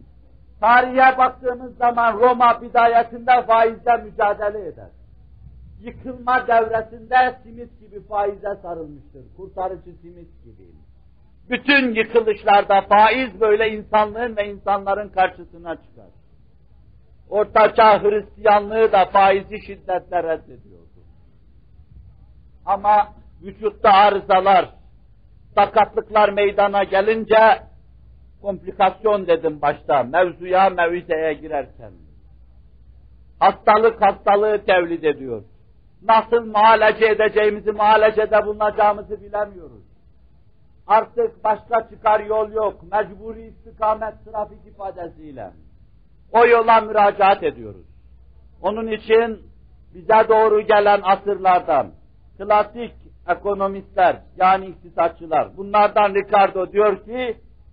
Tarihe baktığımız zaman Roma bidayetinde faizle mücadele eder. yıkılma devresinde simit gibi faize sarılmıştır. Kurtarıcı simit gibi. Bütün yıkılışlarda faiz böyle insanlığın ve insanların karşısına çıkar. Ortaçağ Hristiyanlığı da faizi şiddetle reddediyordu. Ama vücutta arızalar, sakatlıklar meydana gelince, komplikasyon dedim başta, mevzuya, mevizeye girerken. Hastalık hastalığı tevlid ediyor. Nasıl muhalece edeceğimizi, muhalecede bulunacağımızı bilemiyoruz. Artık başka çıkar yol yok, mecburi istikamet trafik ifadesiyle. O yola müracaat ediyoruz. Onun için bize doğru gelen asırlardan, klasik ekonomistler, yani iktisatçılar, bunlardan Ricardo diyor ki,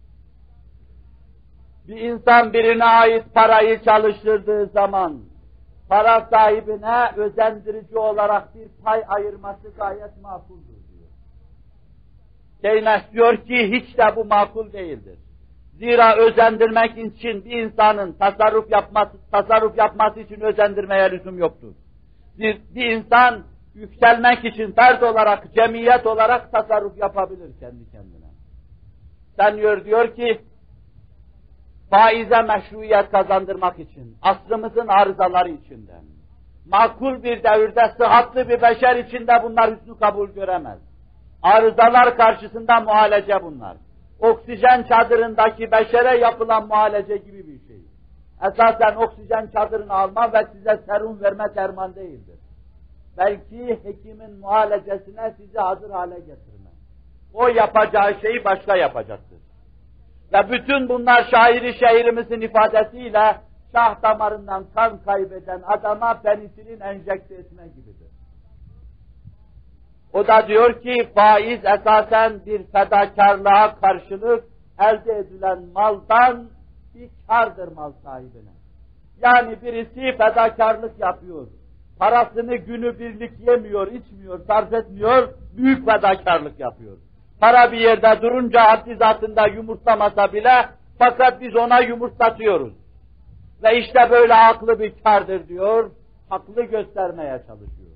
bir insan birine ait parayı çalıştırdığı zaman, para sahibine özendirici olarak bir pay ayırması gayet makuldur diyor. Keynes diyor ki hiç de bu makul değildir. Zira özendirmek için bir insanın tasarruf yapması için özendirmeye lüzum yoktur. Bir insan yükselmek için fert olarak, cemiyet olarak tasarruf yapabilir kendi kendine. Deniyor diyor ki, faize meşruiyet kazandırmak için, asrımızın arızaları içinden, makul bir devirde, sıhhatli bir beşer içinde bunlar hüsnü kabul göremez. Arızalar karşısında muhalece bunlar. Oksijen çadırındaki beşere yapılan muhalece gibi bir şey. Esasen oksijen çadırını alma ve size serum verme derman değildir. Belki hekimin muhalecesine sizi hazır hale getirme. O yapacağı şeyi başka yapacaktır. Ve bütün bunlar şairi şehrimizin ifadesiyle şah damarından kan kaybeden adama penisilin enjekte etme gibidir. O da diyor ki faiz esasen bir fedakarlığa karşılık elde edilen maldan bir kârdır mal sahibine. Yani birisi fedakarlık yapıyor. Parasını günübirlik yemiyor, içmiyor, sarf etmiyor, büyük fedakarlık yapıyor. Para bir yerde durunca haddi zatında yumurtlamasa bile fakat biz ona yumurtlatıyoruz. Ve işte böyle haklı bir kârdır diyor, haklı göstermeye çalışıyor.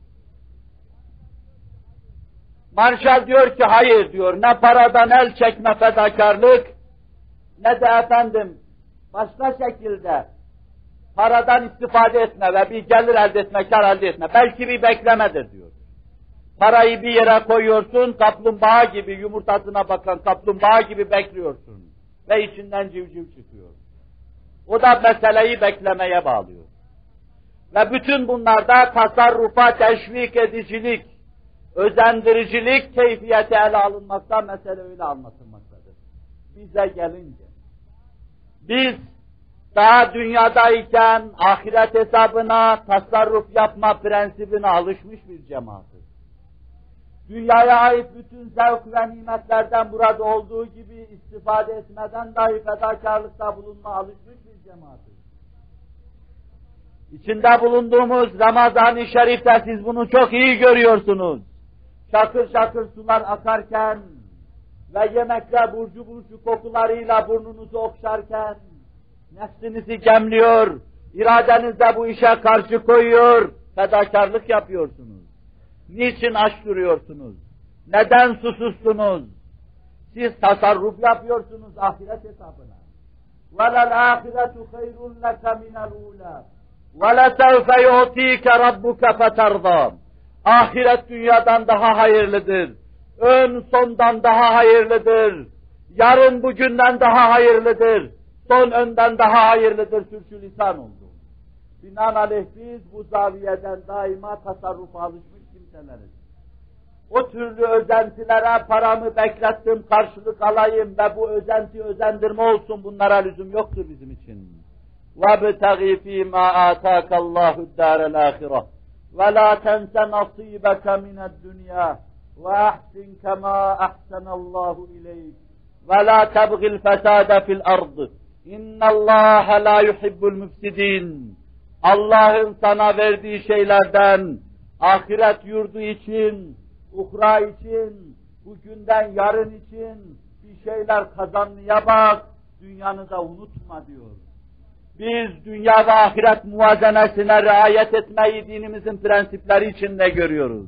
Marshall diyor ki hayır diyor, ne paradan el çekme fedakarlık, ne de efendim başka şekilde paradan istifade etme ve bir gelir elde etme, kar elde etme, belki bir beklemedir diyor. Parayı bir yere koyuyorsun, kaplumbağa gibi yumurtasına bakan kaplumbağa gibi bekliyorsun ve içinden civciv çıkıyor. O da meseleyi beklemeye bağlıyor. Ve bütün bunlarda tasarrufa teşvik edicilik, özendiricilik keyfiyeti ele alınmakta, mesele öyle anlatılmaktadır. Bize gelince, biz daha dünyadayken ahiret hesabına, tasarruf yapma prensibine alışmış bir cemaatiz. Dünyaya ait bütün zevk ve nimetlerden burada olduğu gibi istifade etmeden dahi fedakarlıkta bulunma alışmış bir cemaatiz. İçinde bulunduğumuz Ramazan-ı Şerif'te siz bunu çok iyi görüyorsunuz. Şakır şakır sular akarken ve yemekler burcu burcu kokularıyla burnunuzu okşarken nefsinizi gemliyor, iradenizle bu işe karşı koyuyor, fedakarlık yapıyorsunuz. Niçin aç duruyorsunuz? Neden susuzsunuz? Siz tasarruf yapıyorsunuz ahiret hesabına. وَلَلْآخِرَةُ خَيْرٌ لَكَ مِنَ الْعُولَى وَلَسَوْفَ يُعْتِيكَ رَبُّكَ فَتَرْضَى. Ahiret dünyadan daha hayırlıdır. Ön sondan daha hayırlıdır. Yarın bugünden daha hayırlıdır. Son önden daha hayırlıdır, sürçülisan oldu. Binaenaleyh biz bu zaviyeden daima tasarrufa alışmış kimseleriz. O türlü özentilere paramı beklettim, karşılık alayım ve bu özenti özendirme olsun, bunlara lüzum yoktur bizim için. وَبْتَغِ ف۪ي مَا آتَاكَ اللّٰهُ الدَّارَ الْآخِرَةِ وَلَا تَنْسَ نَصِيبَكَ مِنَ الدُّنْيَا وَأَحْسِنْ كَمَا أَحْسَنَ اللّٰهُ إِلَيْكَ وَلَا تَبْغِ الْفَسَادَ فِي الْأَرْضِ اِنَّ اللّٰهَ لَا يُحِبُّ الْمُفْسِدِينَ. Allah'ın sana verdiği şeylerden, ahiret yurdu için, uhra için, bugünden yarın için bir şeyler kazanmaya bak, dünyanı da unutma diyor. Biz dünya ve ahiret muvazenesine riayet etmeyi dinimizin prensipleri içinde görüyoruz.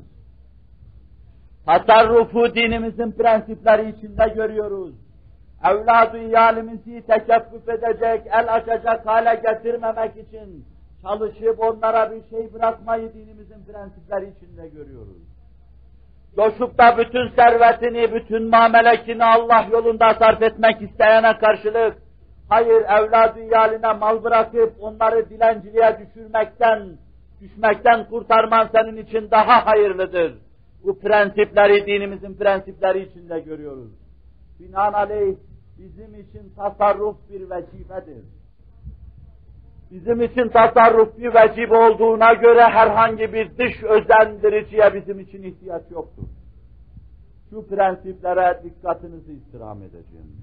Tasarrufu dinimizin prensipleri içinde görüyoruz. Evlad-ı iyalimizi tekeffüf edecek, el açacak hale getirmemek için çalışıp onlara bir şey bırakmayı dinimizin prensipleri içinde görüyoruz. Coşup da bütün servetini, bütün mamelekini Allah yolunda sarf etmek isteyene karşılık, hayır evlad-ı iyaline mal bırakıp onları dilenciliğe düşmekten kurtarman senin için daha hayırlıdır. Bu prensipleri dinimizin prensipleri içinde görüyoruz. Binaenaleyh bizim için tasarruf bir vecifedir. Bizim için tasarruf bir vecibe olduğuna göre herhangi bir dış özendiriciye bizim için ihtiyaç yoktur. Şu prensiplere dikkatinizi istirham edeceğim.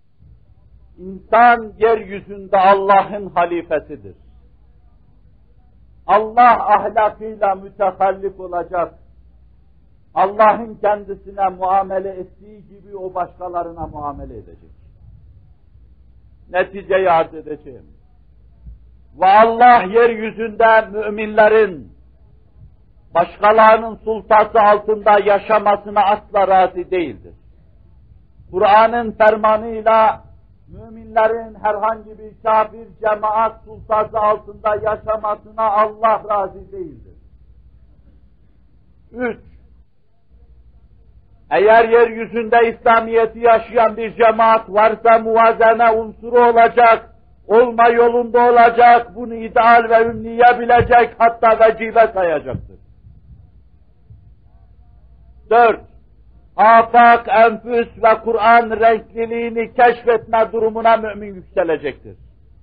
İnsan yeryüzünde Allah'ın halifesidir. Allah ahlakıyla mütehallik olacak. Allah'ın kendisine muamele ettiği gibi o başkalarına muamele edecek. Neticeyi arz edeceğim. Ve Allah yeryüzünde müminlerin başkalarının sultası altında yaşamasına asla razı değildir. Kur'an'ın fermanıyla müminlerin herhangi bir kafir cemaat sultası altında yaşamasına Allah razı değildir. 3. Eğer yeryüzünde İslamiyet'i yaşayan bir cemaat varsa muvazene unsuru olacak, olma yolunda olacak, bunu ideal ve ümniye bilecek, hatta vecibe sayacaktır. 4. Afak, enfüs ve Kur'an renkliliğini keşfetme durumuna mümin yükselecektir.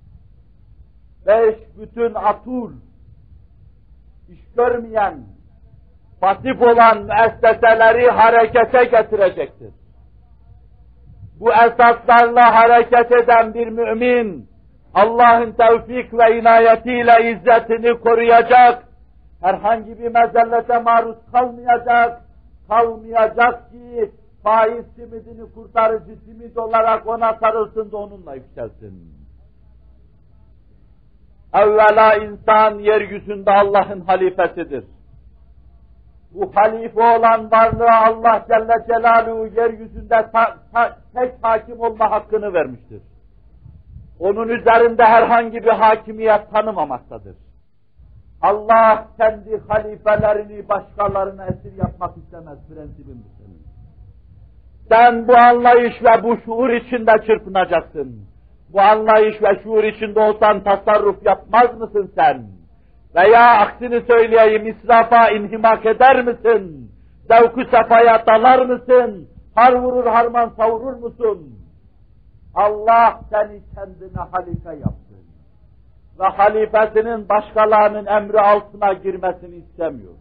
5. Bütün atul, iş görmeyen, pasif olan müesseseleri harekete getirecektir. Bu esaslarla hareket eden bir mümin, Allah'ın tevfik ve inayetiyle izzetini koruyacak, herhangi bir mezellete maruz kalmayacak ki faiz simidini kurtarıcı simit olarak ona sarılsın da onunla yükselsin. Evvela insan yeryüzünde Allah'ın halifesidir. Bu halife olan varlığa Allah Celle Celaluhu yeryüzünde tek hakim olma hakkını vermiştir. Onun üzerinde herhangi bir hakimiyet tanımamaktadır. Allah kendi halifelerini başkalarına esir yapmak istemez, prensibim bu senin. Sen bu anlayış ve bu şuur içinde çırpınacaksın. Bu anlayış ve şuur içinde olsan tasarruf yapmaz mısın sen? Veya aksini söyleyeyim, israfa inhimak eder misin? Zevk-ü sefaya dalar mısın? Har vurur harman savurur musun? Allah seni kendine halife yaptı. Ve halifesinin başkalarının emri altına girmesini istemiyor.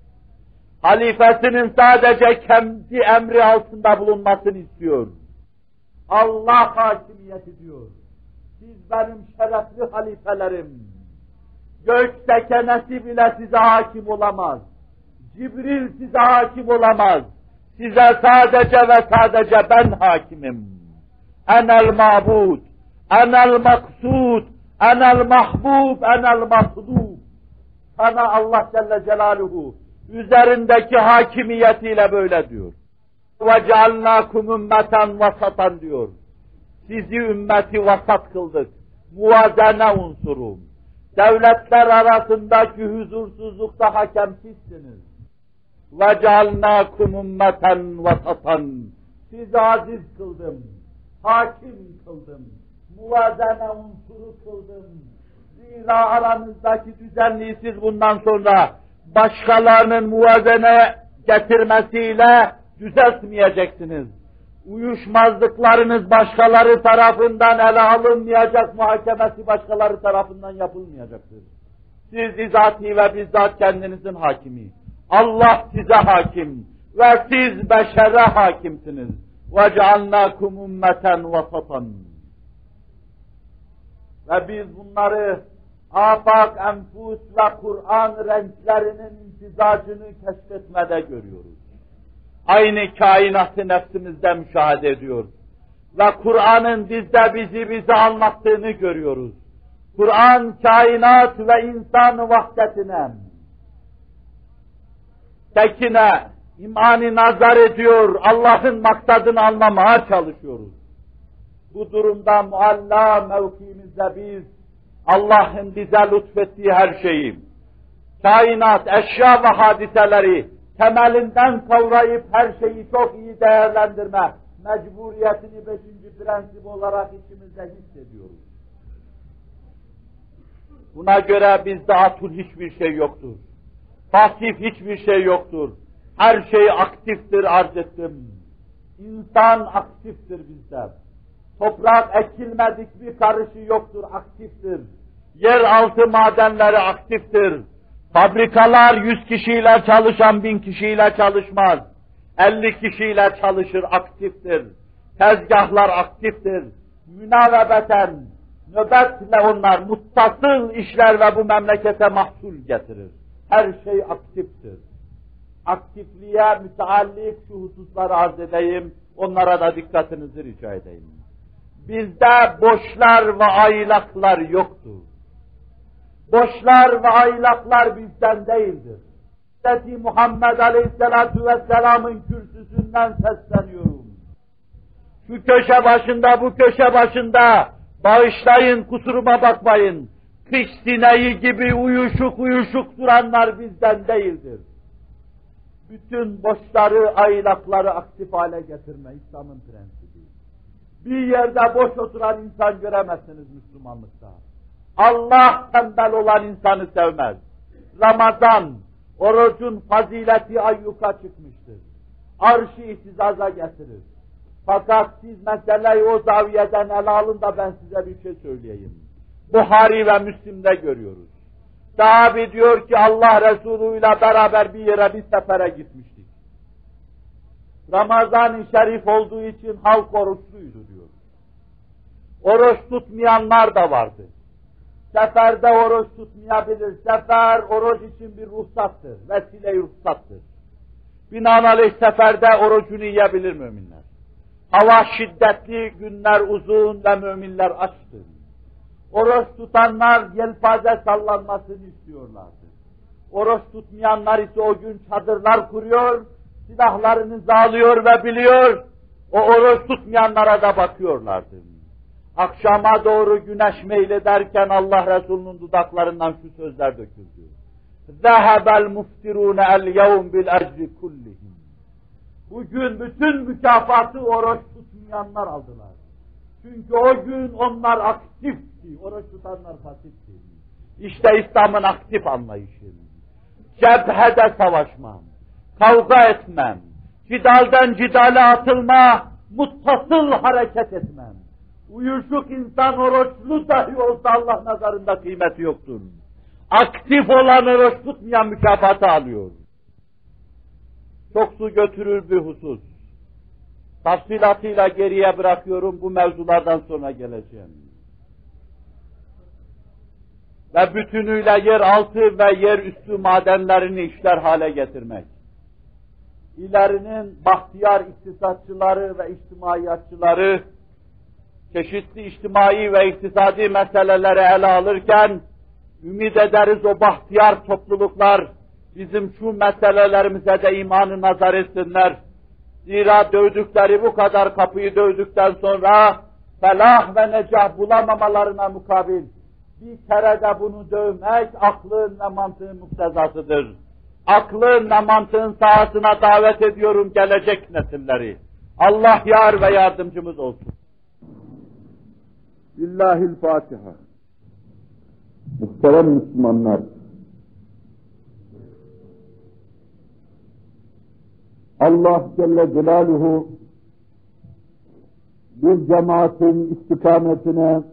Halifesinin sadece kendi emri altında bulunmasını istiyor. Allah hakimiyet ediyor. Siz benim şerefli halifelerim. Gök sekenesi bile size hakim olamaz. Cibril size hakim olamaz. Size sadece ve sadece ben hakimim. Enel ma'bud, enel maksud, enel mahbub, enel mahdub. Sana Allah Celle Celaluhu üzerindeki hakimiyetiyle böyle diyor. وَجَعَلْنَاكُمْ ümmeten vasatan diyor. Sizi ümmeti vasat kıldık. Muvazene unsuru. Devletler arasındaki huzursuzlukta hakem sizsiniz. وَجَعَلْنَاكُمْ ümmeten vasatan. Sizi aziz kıldım. Hakim kıldım. Muvazene unsuru kıldım. Zira aranızdaki düzenliği siz bundan sonra başkalarının muvazene getirmesiyle düzeltmeyeceksiniz. Uyuşmazlıklarınız başkaları tarafından ele alınmayacak, muhakemesi başkaları tarafından yapılmayacaktır. Siz bizatihi ve bizzat kendinizin hakimi. Allah size hakim ve siz beşere hakimsiniz. وَجَعَلْنَاكُمْ ümmeten vasatan. Ve biz bunları afak, enfus ve Kur'an renklerinin imtizacını keşfetmede görüyoruz. Aynı kainatı nefsimizde müşahede ediyoruz. Ve Kur'an'ın bize anlattığını görüyoruz. Kur'an, kainat ve insan vahdetine, tekine, imani nazar ediyor, Allah'ın maksadını anlamaya çalışıyoruz. Bu durumda mualla mevkimizde biz, Allah'ın bize lütfettiği her şeyi, kainat, eşya ve hadiseleri temelinden kavrayıp her şeyi çok iyi değerlendirme mecburiyetini 5. prensip olarak içimizde hissediyoruz. Buna göre bizde atul hiçbir şey yoktur. Pasif hiçbir şey yoktur. Her şey aktiftir arz ettim. İnsan aktiftir bizde. Toprak ekilmedik bir karışı yoktur, aktiftir. Yeraltı madenleri aktiftir. Fabrikalar 100 kişiyle çalışan 1000 kişiyle çalışmaz. 50 kişiyle çalışır, aktiftir. Tezgahlar aktiftir. Münavebeten, nöbetle onlar muttasıl işler ve bu memlekete mahsul getirir. Her şey aktiftir. Aktifliğe müteallik şu hususları arz edeyim, onlara da dikkatinizi rica edeyim. Bizde boşlar ve aylaklar yoktur. Boşlar ve aylaklar bizden değildir. Hz. Muhammed Aleyhisselatü Vesselam'ın kürsüsünden sesleniyorum. Şu köşe başında, bu köşe başında, bağışlayın, kusuruma bakmayın. Kış sineği gibi uyuşuk uyuşuk duranlar bizden değildir. Bütün boşları, aylakları aktif hale getirme İslam'ın prensibi. Bir yerde boş oturan insan göremezsiniz Müslümanlıkta. Allah tembel olan insanı sevmez. Ramazan, orucun fazileti ayyuka çıkmıştır. Arş-ı ihtizaza getirir. Fakat siz meseleyi o zaviyeden ele alın da ben size bir şey söyleyeyim. Buhari ve Müslim'de görüyoruz. Sahabi diyor ki Allah Resulü ile beraber bir yere bir sefere gitmiştik. Ramazan-ı Şerif olduğu için halk oruçluydu diyor. Oruç tutmayanlar da vardı. Seferde oruç tutmayabilir. Sefer oruç için bir ruhsattır. Vesile-i ruhsattır. Binaenaleyh seferde orucunu yiyebilir müminler. Hava şiddetli, günler uzun ve müminler açtır. Oruç tutanlar yelpaze sallanmasını istiyorlardı. Oruç tutmayanlar ise o gün çadırlar kuruyor, silahlarını zağlıyor ve biliyor, o oruç tutmayanlara da bakıyorlardı. Akşama doğru güneş meylederken Allah Resulü'nün dudaklarından şu sözler döküldü. ذَهَبَ الْمُفْتِرُونَ الْيَوْمِ بِالْاَجْرِ كُلِّهِمْ. Bugün bütün mükafatı oruç tutmayanlar aldılar. Çünkü o gün onlar aktifti, oruç tutanlar pasifti. İşte İslam'ın aktif anlayışı. Cephede savaşmam, kavga etmem, cidalden cidale atılma, muttasıl hareket etmem. Uyuşuk insan oruçlu dahi olsa Allah nazarında kıymeti yoktur. Aktif olan oruç tutmayan mükafatı alıyor. Çok su götürür bir husus. Tafsilatıyla geriye bırakıyorum, bu mevzulardan sonra geleceğim. Ve bütünüyle yeraltı ve yerüstü madenlerini işler hale getirmek. İlerinin bahtiyar iktisatçıları ve içtimaiyatçıları, çeşitli içtimai ve iktisadi meseleleri ele alırken, ümid ederiz o bahtiyar topluluklar, bizim şu meselelerimize de imanı nazar etsinler. Zira dövdükleri bu kadar kapıyı dövdükten sonra felah ve necah bulamamalarına mukabil bir kere de bunu dövmek aklın ve mantığın muktezasıdır. Aklın ve mantığın sahasına davet ediyorum gelecek nesilleri. Allah yar ve yardımcımız olsun. Billahil-Fatiha. Muhterem Müslümanlar, Allah Celle Celaluhu bir cemaatin istikametine,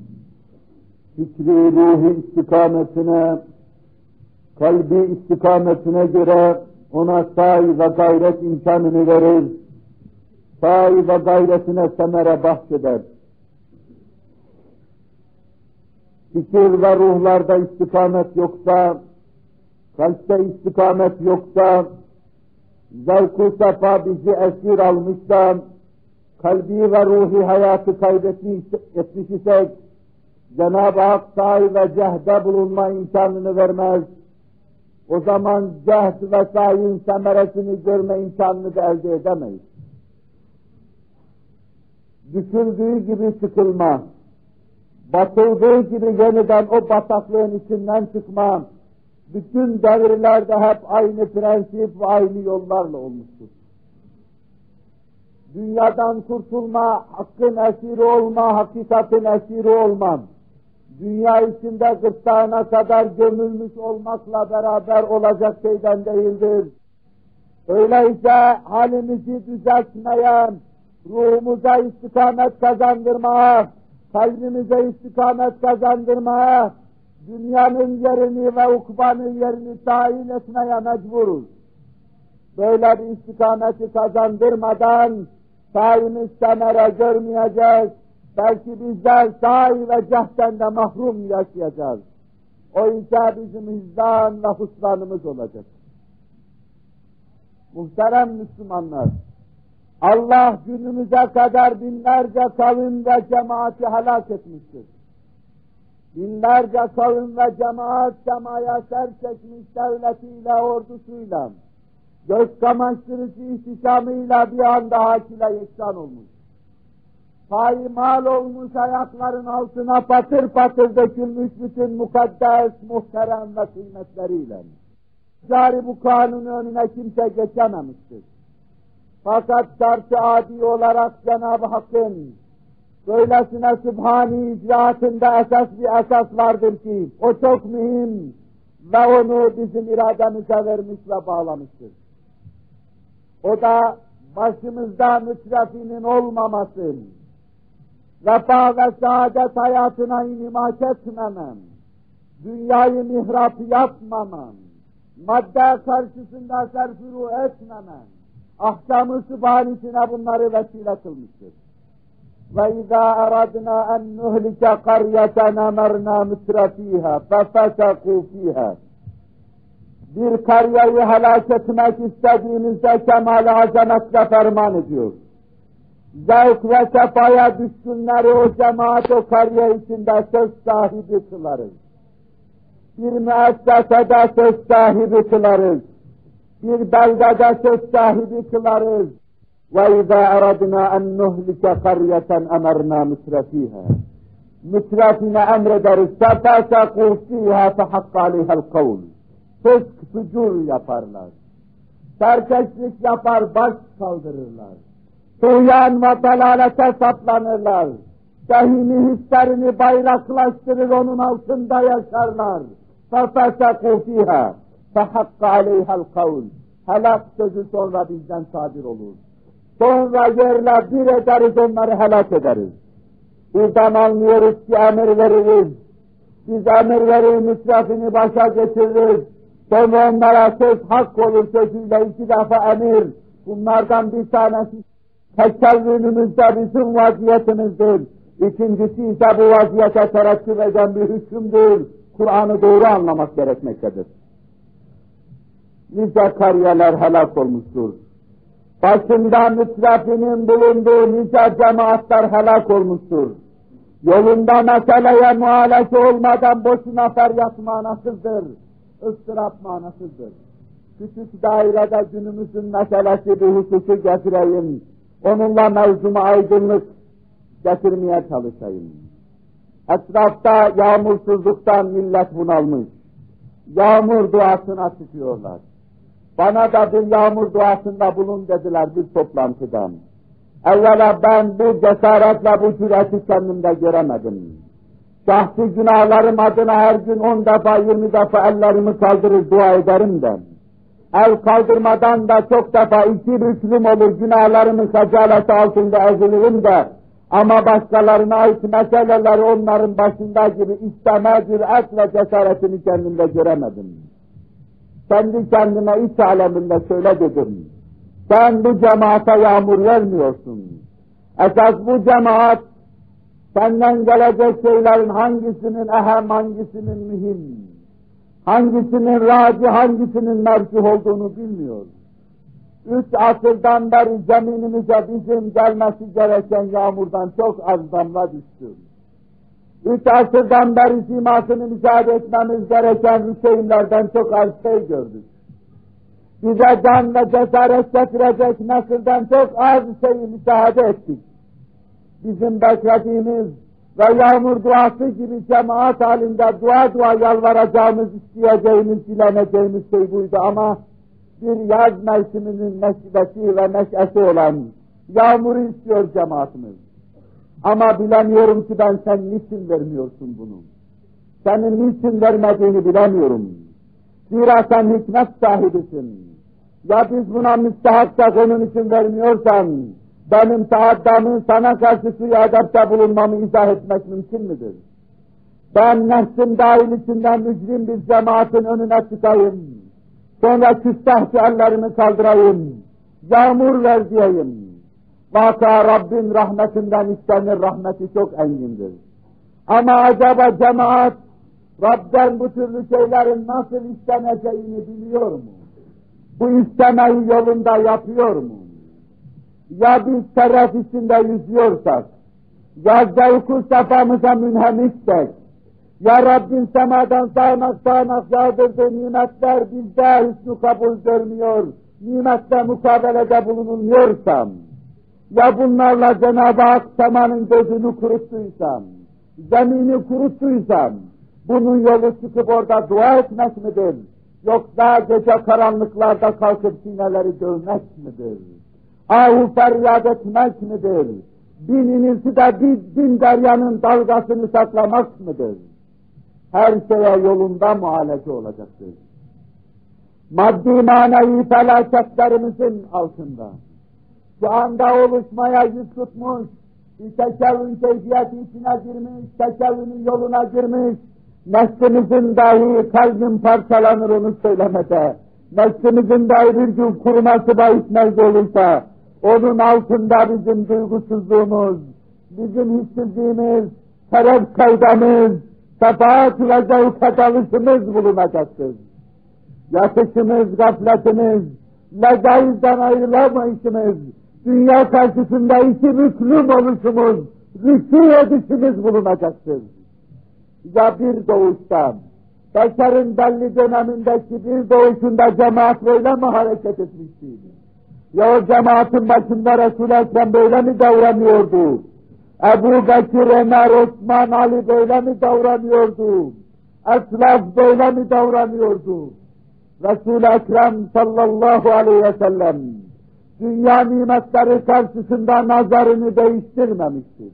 fikri ruhi istikametine, kalbi istikametine göre ona sa'i ve gayret imkanını verir, sa'i ve gayretine semere bahşeder. Fikir ve ruhlarda istikamet yoksa, kalpte istikamet yoksa, zevk-ı sefa bizi esir almışsa, kalbi ve ruhi hayatı kaybetmiş isek, Cenab-ı Hak sahi ve cehde bulunma imkanını vermez. O zaman cehd ve sahin semeresini görme imkanını da elde edemeyiz. Düşürdüğü gibi çıkılma, batıldığı gibi yeniden o bataklığın içinden çıkma, bütün devirlerde hep aynı prensip ve aynı yollarla olmuştur. Dünyadan kurtulma, hakkın esiri olma, hakikatin esiri olma, dünya içinde gırtlağına kadar gömülmüş olmakla beraber olacak şeyden değildir. Öyleyse halimizi düzeltmeye, ruhumuza istikamet kazandırmaya, kalbimize istikamet kazandırmaya, dünyanın yerini ve ukbanın yerini tayin etmeye mecburuz. Böyle bir istikameti kazandırmadan sayımız semere görmeyeceğiz. Belki bizler sahi ve cehden de mahrum yaşayacağız. O ise bizim hizdan ve husranımız olacak. Muhterem Müslümanlar, Allah günümüze kadar binlerce kavim ve cemaati helak etmiştir. Binlerce kavim ve cemaat semaya ser çekmiş devletiyle, ordusuyla, göz kamaştırıcı ihtişamıyla bir anda hakile yeksan olmuş. Paymal olmuş ayakların altına patır patır dökülmüş bütün mukaddes, muhterem ve kıymetleriyle. Cari bu kanunu önüne kimse geçememiştir. Fakat şart-ı adi olarak Cenab-ı Hakk'ın böylesine sübhani icraatında esas bir esas vardır ki o çok mühim ve onu bizim irademize vermiş ve bağlamıştır. O da başımızda mütrefinin olmaması, refah ve saadet hayatına inimak etmemem, dünyayı mihrap yapmamam, madde karşısında serfuru etmemem, ahkam-ı sübhanisine bunları vesile kılmıştır. وَاِذَا اَرَدْنَا اَنْ نُهْلِكَ قَرْيَةً اَمَرْنَا مُتْرَف۪يهَا فَفَسَقُوا ف۪يهَا. Bir kariyeyi helak etmek istediğimizde kemal-i azametle ferman ediyor. Zevk ve sefaya düşkünleri o cemaat o kariye içinde söz sahibi kılarız. Bir müessesede söz sahibi kılarız. Bir beldede söz sahibi kılarız. وَاِذَا اَرَدْنَا اَنْ نُهْلِكَ قَرْيَةً اَمَرْنَا مُتْرَف۪يهَا. Mütrefine emrederiz. فَفَسَقُوا ف۪يهَا فَحَقَّ عَلَيْهَا الْقَوْلِ. Fısk, fücur yaparlar. Serkeşlik yapar, baş kaldırırlar. Tuğyan ve dalalete saplanırlar. Sehimi hislerini bayraklaştırır, onun altında yaşarlar. فَفَسَقُوا ف۪يهَا فَحَقَّ عَلَيْهَا الْقَوْلِ. Helak sözü sonra bizden sadir olur. Sonra yerle bir ederiz, onları helak ederiz. Buradan anlıyoruz ki emir veririz. Biz emir verir, mütrefini başa getiririz. Sonra onlara söz hak olur sözüyle 2 defa emir. Bunlardan bir tanesi tekellümümüzde bizim vaziyetimizdir. İkincisi ise bu vaziyete terekküp eden bir hükümdür. Kur'an'ı doğru anlamak gerekmektedir. Nice kariyeler helak olmuştur. Başında mütrefinin bulunduğu nice cemaatler helak olmuştur. Yolunda meseleye muhalese olmadan boşuna feryat manasızdır, ıstırap manasızdır. Küçük dairede günümüzün meselesi bir hususu getireyim, onunla mevzuma aydınlık getirmeye çalışayım. Etrafta yağmursuzluktan millet bunalmış, yağmur duasına çıkıyorlar. Bana da bir yağmur duasında bulun dediler bir toplantıdan. Evvela ben bu cesaretle bu cüreti kendimde göremedim. Şahsi günahlarım adına her gün 10 defa 20 defa ellerimi kaldırır dua ederim de. El kaldırmadan da çok defa 2 büklüm olur, günahlarımın hacaleti altında ezilirim de. Ama başkalarına ait meseleleri onların başında gibi isteme, cüret ve cesaretini kendimde göremedim. Kendi kendime iç aleminde şöyle dedim. Sen bu cemaate yağmur vermiyorsun. Esas bu cemaat senden gelecek şeylerin hangisinin ehem, hangisinin mühim, hangisinin raci, hangisinin mercih olduğunu bilmiyor. 3 asırdan beri zeminimize bizim gelmesi gereken yağmurdan çok az damla düştü. 3 asırdan beri simasını müşahede etmemiz gereken Hüseyinlerden çok az şey gördük. Bize can ve cesaret getirecek nesilden çok az şeyi müşahede ettik. Bizim beklediğimiz ve yağmur duası gibi cemaat halinde dua yalvaracağımız, isteyeceğimiz, dileneceğimiz şey buydu ama bir yaz mevsiminin neşvesi ve neşesi olan yağmuru istiyor cemaatimiz. Ama bilemiyorum ki ben sen niçin vermiyorsun bunu? Senin niçin vermediğini bilemiyorum. Zira sen hikmet sahibisin. Ya biz buna müstahaksak onun için vermiyorsan, benim taaddamı sana karşı suya adapta bulunmamı izah etmek mümkün müdür? Ben nefsim dahil içinden mücrim bir cemaatin önüne çıkayım. Sonra küstahçı ellerimi kaldırayım. Yağmur ver diyeyim. Vaka Rabbin rahmetinden istenir, rahmeti çok engindir. Ama acaba cemaat Rab'den bu türlü şeylerin nasıl isteneceğini biliyor mu? Bu istemeyi yolunda yapıyor mu? Ya biz şeref içinde yüzüyorsak, ya zevku sefamıza münhemiksek, ya Rabbin semadan sağanak yağdırdığı nimetler bizde hüsnü kabul görmüyor, nimetle mukabelede bulunulmuyorsam, ya bunlarla Cenab-ı Hak semanın gözünü kuruttuysam, zemini kuruttuysam, bunun yolu çıkıp orada dua etmek midir? Yoksa gece karanlıklarda kalkıp sineleri dövmek midir? Ahu feryat etmek midir? Bininizi de bin deryanın dalgasını saklamak mıdır? Her şeye yolunda muhalefet olacaktır. Maddi manevi felaketlerimizin altında, şu anda oluşmaya yüz tutmuş, bir teşebbün keyfiyeti içine girmiş, teşebbünün yoluna girmiş, nefsimizin dahi kalbin parçalanır onu söylemede, nefsimizin dahi bir gün kuruması bahis mevzu olursa, onun altında bizim duygusuzluğumuz, bizim hissizliğimiz, şeref kaydamız, sefaat ve zevke dalışımız bulunacaktır. Yatışımız, gafletimiz, legaizden ayrılamayışımız, dünya karşısında iki büklüm oluşumuz, rükû edişimiz bulunacaktır. Ya bir doğuştan, beşerin belli dönemindeki bir doğuşunda cemaat böyle mi hareket etmişti? Ya o cemaatin başında Resul-i Ekrem böyle mi davranıyordu? Ebu Bekir, Ömer, Osman, Ali böyle mi davranıyordu? Eslaf böyle mi davranıyordu? Resul-i Ekrem sallallahu aleyhi ve sellem dünya nimetleri karşısında nazarını değiştirmemiştir.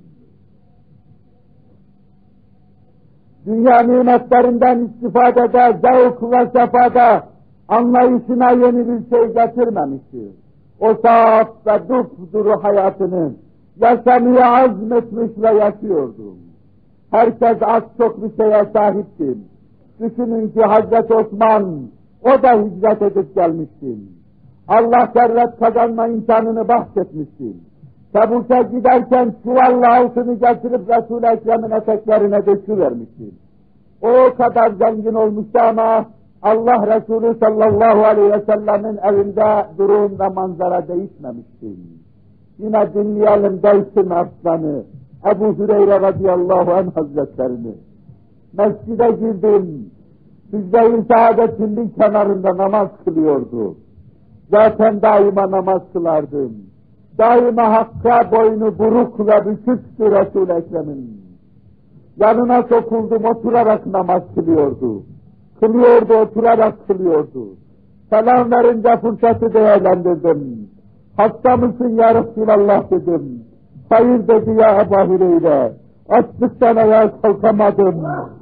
Dünya nimetlerinden istifadede, zevk ve sefada anlayışına yeni bir şey getirmemiştir. O saf ve dupduru hayatını yaşamaya azmetmiş ve yaşıyordu. Herkes az çok bir şeye sahipti. Düşünün ki Hazreti Osman, o da hicret edip gelmişti. Allah servet kazanma imkanını bahsetmişti. Tebuk'a giderken çuvalla altını getirip Resul-i Ekrem'in eteklerine döküvermişti. O kadar zengin olmuştu ama Allah Resulü sallallahu aleyhi ve sellemin evinde durum ve manzara değişmemişti. Yine dinleyelim Devsin Arslan'ı, Ebu Hüreyre radıyallahu anh hazretlerini. Mescide girdim, Hücre-i Saadet'in bir kenarında namaz kılıyordu. Zaten daima namaz kılardım. Daima Hakk'a boynu buruk ve büküktü Resul-i Ekrem'in. Yanına sokuldum, oturarak namaz kılıyordu. Kılıyordu, oturarak kılıyordu. Selam verince fırsatı değerlendirdim. Hasta mısın ya Resulallah dedim. Hayır dedi ya Ebu Hüreyre. Açlıktan ayağa kalkamadım.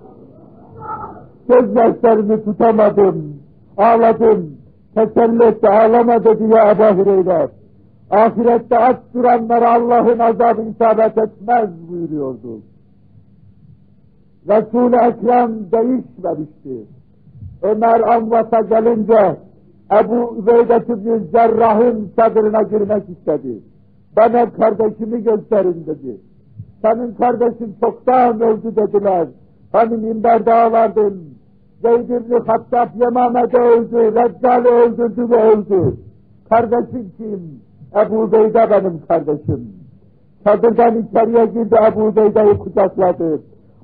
Gözyaşlarımı tutamadım. Ağladım. Teselli etti, ağlama dedi ya Ebu Hüreyre. Ahirette aç duranlara Allah'ın azabı isabet etmez buyuruyordu. Resul-i Ekrem değişmemişti. Ömer Anvat'a gelince Ebu Übeydet ibn Cerrah'ın çadırına girmek istedi. Bana kardeşimi gösterin dedi. Senin kardeşin çoktan öldü dediler. Hani minberde ağlardın. Zeyd ibn Hattab Yemame'de öldü, Reccal'i öldürdü ve öldü. Kardeşin kim? Ebu Ubeyde benim kardeşim. Çadırdan içeriye girdi, Ebu Ubeyde'yi kucakladı.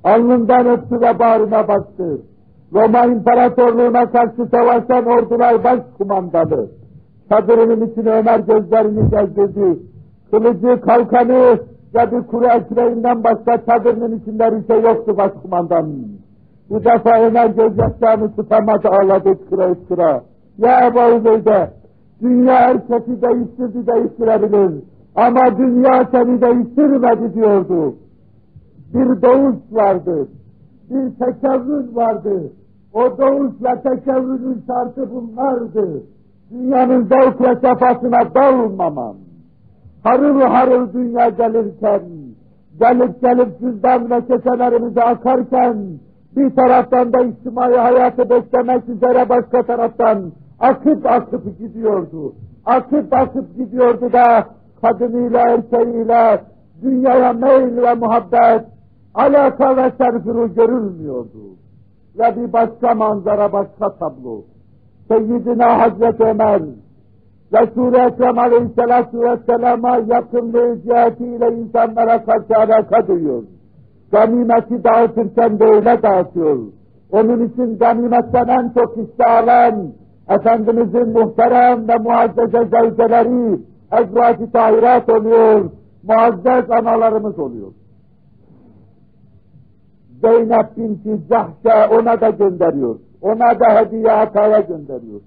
Alnından öptü ve bağrına bastı. Roma İmparatorluğu'na karşı savaşan ordular başkumandanı. Çadırının içine Ömer gözlerini gezdirdi. Kılıcı, kalkanı ve bir kuru ekmeğinden başka çadırının içinde bir şey yoktu başkumandan. Bu defa Ömer gözyaşlarını tutamadı, ağladı ıskıra. Ya Ebu Ubeyde, dünya herkesi değiştirebilir. Ama dünya seni değiştirmedi diyordu. Bir doğuş vardı, bir tekevvür vardı. O doğuşla tekevvürün şartı bunlardı. Dünyanın zevk ve sefasına dalmamam. Harıl harıl dünya gelirken, gelip cüzdan ve keselerimize akarken, bir taraftan da içtimai hayatı beslemek üzere başka taraftan akıp gidiyordu. Akıp gidiyordu da kadınıyla erkeğiyle dünyaya meyil ve muhabbet, alaka ve serfuru görülmüyordu. Ve bir başka manzara, başka tablo. Seyyidina Hazreti Ömer, Resul-i Ekrem Aleyhisselatü Vesselam'a yakınlığı cihetiyle insanlara karşı alaka duyuyor. Ganimeti dağıtırken böyle dağıtıyor. Onun için ganimetten en çok hisse alan Efendimizin muhterem ve muazzeze zevceleri Ezra-i Tahirat oluyor, muazzez analarımız oluyor. Zeynep binti Cahşe ona da gönderiyor. Ona da hediye hataya gönderiyor.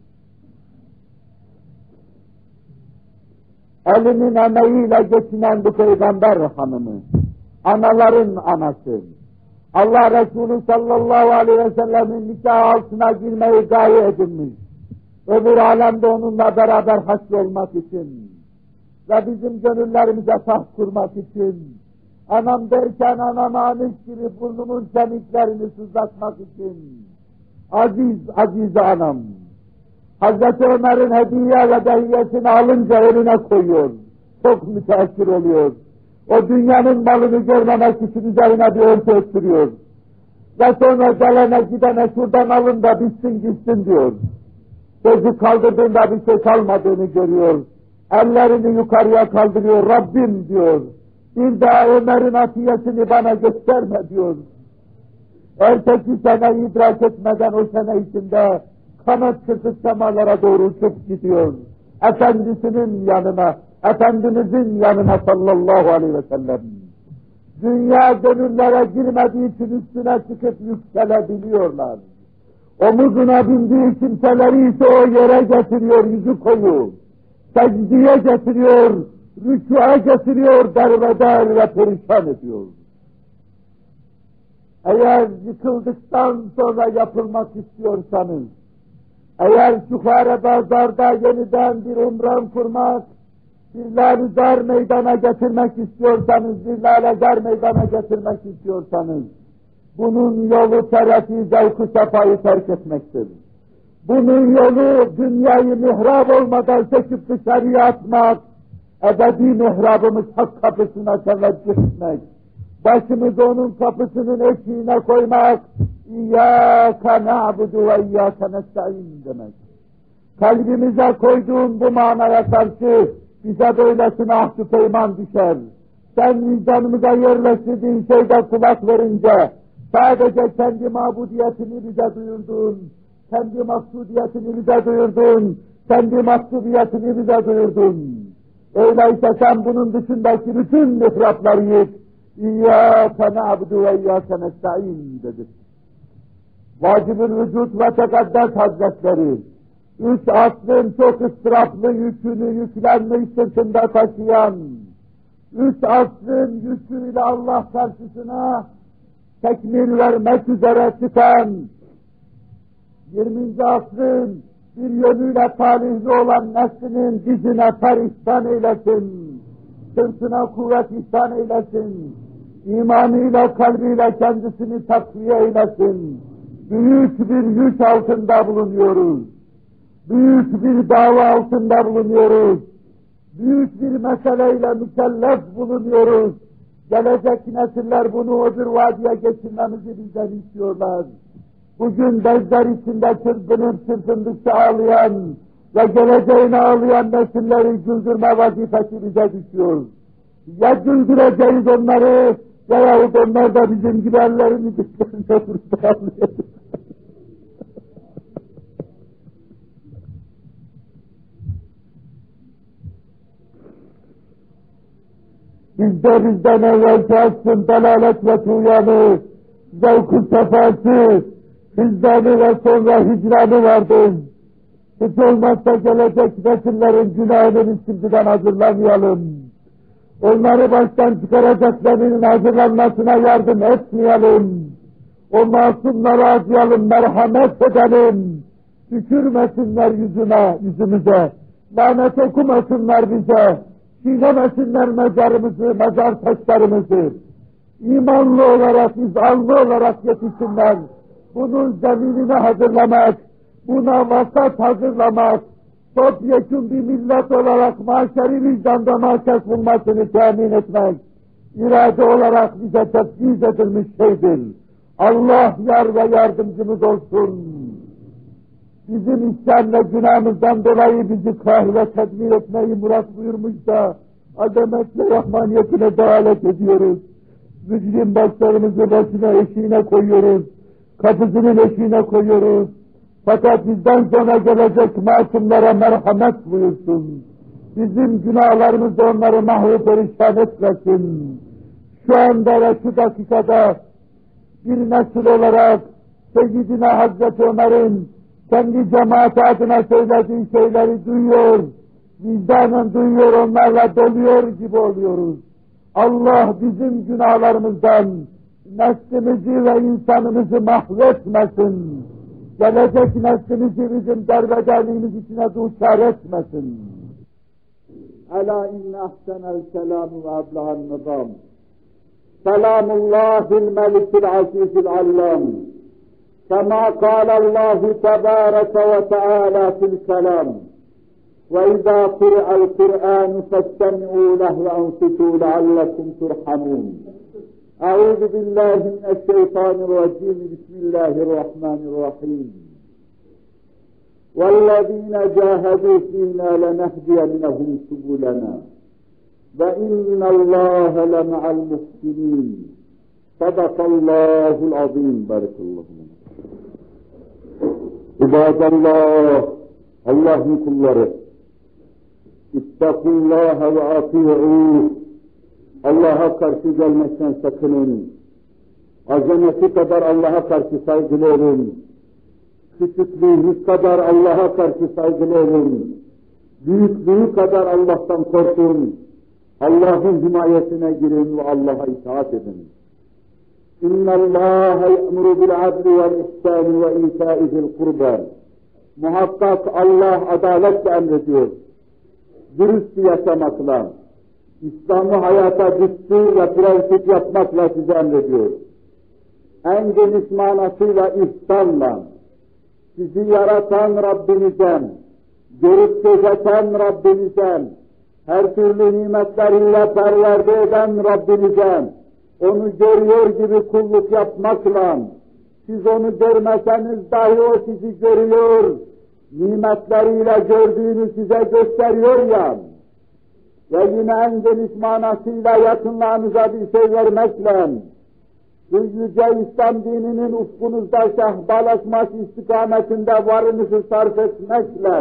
Elinin emeğiyle geçinen bu peygamber hanımı, anaların anası, Allah Resulü sallallahu aleyhi ve sellemin nikah altına girmeyi gaye edinmiş, öbür alemde onunla beraber haşrolmak için ve bizim gönüllerimize taht kurmak için, anam derken anama anış gibi burnumun kemiklerini sızlatmak için, aziz anam, Hazreti Ömer'in hediye ve dehiyesini alınca önüne koyuyor, çok müteessir oluyor. O dünyanın malını görmemek için üzerine bir örtü örtüyor. Ve sonra gelene gidene şuradan alın da bitsin gitsin diyor. Sözü kaldırdığında bir şey kalmadığını görüyor. Ellerini yukarıya kaldırıyor, Rabbim diyor. Bir daha Ömer'in atiyesini bana gösterme diyor. Erteki sene idrak etmeden o sene içinde kanat kırtık semalara doğru uçup gidiyor. Efendisinin yanına, Efendimizin yanına sallallahu aleyhi ve sellem. Dünya gönüllere girmediği için üstüne çıkıp yükselebiliyorlar. Omuzuna bindiği kimseleri ise o yere getiriyor, yüzü koyu. Secdeye getiriyor, rükûa getiriyor, derbeder ve perişan ediyor. Eğer yıkıldıktan sonra yapılmak istiyorsanız, eğer Şuhare Bazar'da yeniden bir umran kurmak, bir lalizar meydana getirmek istiyorsanız, bir lalizar meydana getirmek istiyorsanız, bunun yolu terafi, zevk-ı sefayı terk etmektir. Bunun yolu dünyayı mihrab olmadan çekip dışarıya atmak, ebedi mihrabımız hak kapısına teveccüh etmek, başımızı onun kapısının eşiğine koymak, İyyâke na'budu ve iyyâke nesta'in demek. Kalbimize koyduğun bu manaya karşı bize böylesine ahd-ı peyman düşer. Sen vicdanımıza yerleştirdiğin şeyde kulak verince, sadece kendi mabudiyetini bize duyurdun, kendi maksudiyetini bize duyurdun, kendi maksudiyetini bize duyurdun. Öyleyse sen bunun dışındaki bütün mihrapları yık. İyyâke na'budu ve iyyâke nesta'in dedi. Vacib-ül Vücud ve Tekaddes Hazretleri, 3 asrın çok ıstıraplı yükünü yüklenmiş sırtında taşıyan, 3 asrın yüküyle Allah karşısına tekmil vermek üzere çıkan, 20. asrın bir yönüyle talihli olan neslinin dizine perişan eylesin, sırtına kuvvet ihsan eylesin, imanıyla, kalbiyle kendisini takviye eylesin. Büyük bir yük altında bulunuyoruz. Büyük bir dava altında bulunuyoruz. Büyük bir meseleyle mükellef bulunuyoruz. Gelecek nesiller bunu öbür vadiye geçirmemizi bizden istiyorlar. Bugün bezler içinde çırpındıkça ağlayan ve geleceğine ağlayan nesilleri güldürme vazifesi bize düşüyor. Ya güldüreceğiz onları, Veyahut onlar da bizim gibi ellerini diklerine kurtarlıyor. Bizden evvelki aksın dalalet ve tuğyanı, zevk-ı sefası, hizdanı ve sonra hicranı vardır. Hiç olmazsa gelecek nesillerin günahını şimdiden hazırlamayalım. Onları baştan çıkaracaklarının hazırlanmasına yardım etmeyelim. O masumları acıyalım, merhamet edelim. Tükürmesinler yüzümüze. Lanet okumasınlar bize. Çiğnemesinler mezarımızı, mezar taşlarımızı. İmanlı olarak, izanlı olarak yetişsinler. Bunun zeminini hazırlamak, buna vasat hazırlamak, topyekun bir millet olarak mahşeri vicdanda mahşer bulmasını temin etmek, irade olarak bize tefkiz edilmiş şeydir. Allah yar ve yardımcımız olsun. Bizim isyan ve günahımızdan dolayı bizi kah ve tedbir etmeyi murat buyurmuş da, azametle rahmaniyetine dalalet ediyoruz. Mücrim başlarımızı başına eşiğine koyuyoruz. Kapısının eşiğine koyuyoruz. Fakat bizden sonra gelecek masumlara merhamet buyursun. Bizim günahlarımız onları mahvu perişan etmesin. Şu anda ve şu dakikada bir nesil olarak Seyyidina Hazreti Ömer'in kendi cemaati adına söylediği şeyleri duyuyor, vicdanen duyuyor, onlarla doluyor gibi oluyoruz. Allah bizim günahlarımızdan neslimizi ve insanımızı mahvetmesin. Gelecek neslimizi bizim derbederliğimiz içine duşar etmesin. Ela inne ahsenel kelamu ve ablahan nizam. Selamullahil melikil azizil allam. Kema kâlallahu tebâreke ve teâlâ fil kelam. وَإِذَا قُرِئَ الْقُرْآنُ فَاسْتَمِعُوا لَهُ وَأَنصِتُوا لَعَلَّكُمْ تُرْحَمُونَ. أعوذ بالله من الشيطان الرجيم. بسم الله الرحمن الرحيم. وَالَّذِينَ جَاهَدُوا فِينَا لَنَهْدِيَنَّهُمْ سُبُلَنَا وَإِنَّ اللَّهَ لَمَعَ الْمُحْسِنِينَ. صَدَقَ اللّٰهُ الْعَظِيمُ. بارك الله فيكم. İbadallah, Allah'ın kulları, İttakullaha ve ati'û. Allah'a karşı gelmekten sakının. Azameti kadar Allah'a karşı saygılı olun. Küçüklüğünüz kadar Allah'a karşı saygılı olun. Büyüklüğü kadar Allah'tan korkun. Allah'ın himayesine girin ve Allah'a itaat edin. İnna Allaha ye'muru bil adli vel ihsani ve ita'i zil kurba. Muhakkak Allah adaletle emrediyor. Dürüst yaşamakla, İslam'ı hayata düstur ve prensip yapmakla size emrediyor. En geniş manasıyla ihsanla, sizi yaratan Rabbinizden, görüp gözeten Rabbinizden, her türlü nimetleriyle perverde eden Rabbinizden, onu görüyor gibi kulluk yapmakla, siz onu görmeseniz dahi o sizi görüyor, nimetleriyle gördüğünü size gösteriyor ya, ve yine en geniş manasıyla yakınlarınıza bir şey vermekle, bu yüce İslam dininin ufkunuzda şehbalaşması istikametinde varınızı sarf etmekle,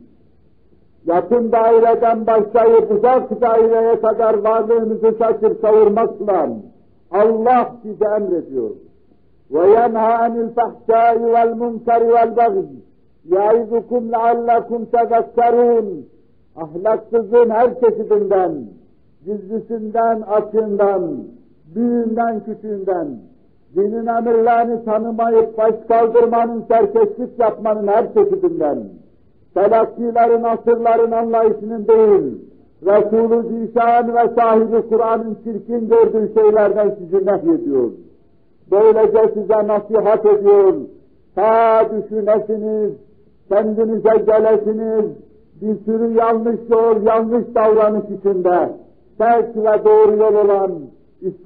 yakın daireden başlayıp uzak daireye kadar varlığınızı saçıp savurmakla, Allah size emrediyor. وَيَنْهَا عَنِ الْفَحْشَاءِ وَالْمُنْكَرِ وَالْبَغْيِ يَعِظُكُمْ لَعَلَّكُمْ تَذَكَّرُونَ. Ahlaksızlığın her çeşidinden, gizlisinden, açığından, büyüğünden, küçüğünden, dinin emirlerini tanımayıp baş kaldırmanın, serkeşlik yapmanın her çeşidinden, telakkilerin, asırların anlayışının değil, Resulü Zişan ve sahibi Kur'an'ın çirkin gördüğü şeylerden sizi nehyediyor. Böylece size nasihat ediyor. Ta düşünesiniz, kendinize gelesiniz, bir sürü yanlış yol, yanlış davranış içinde, tek ve doğru yol olan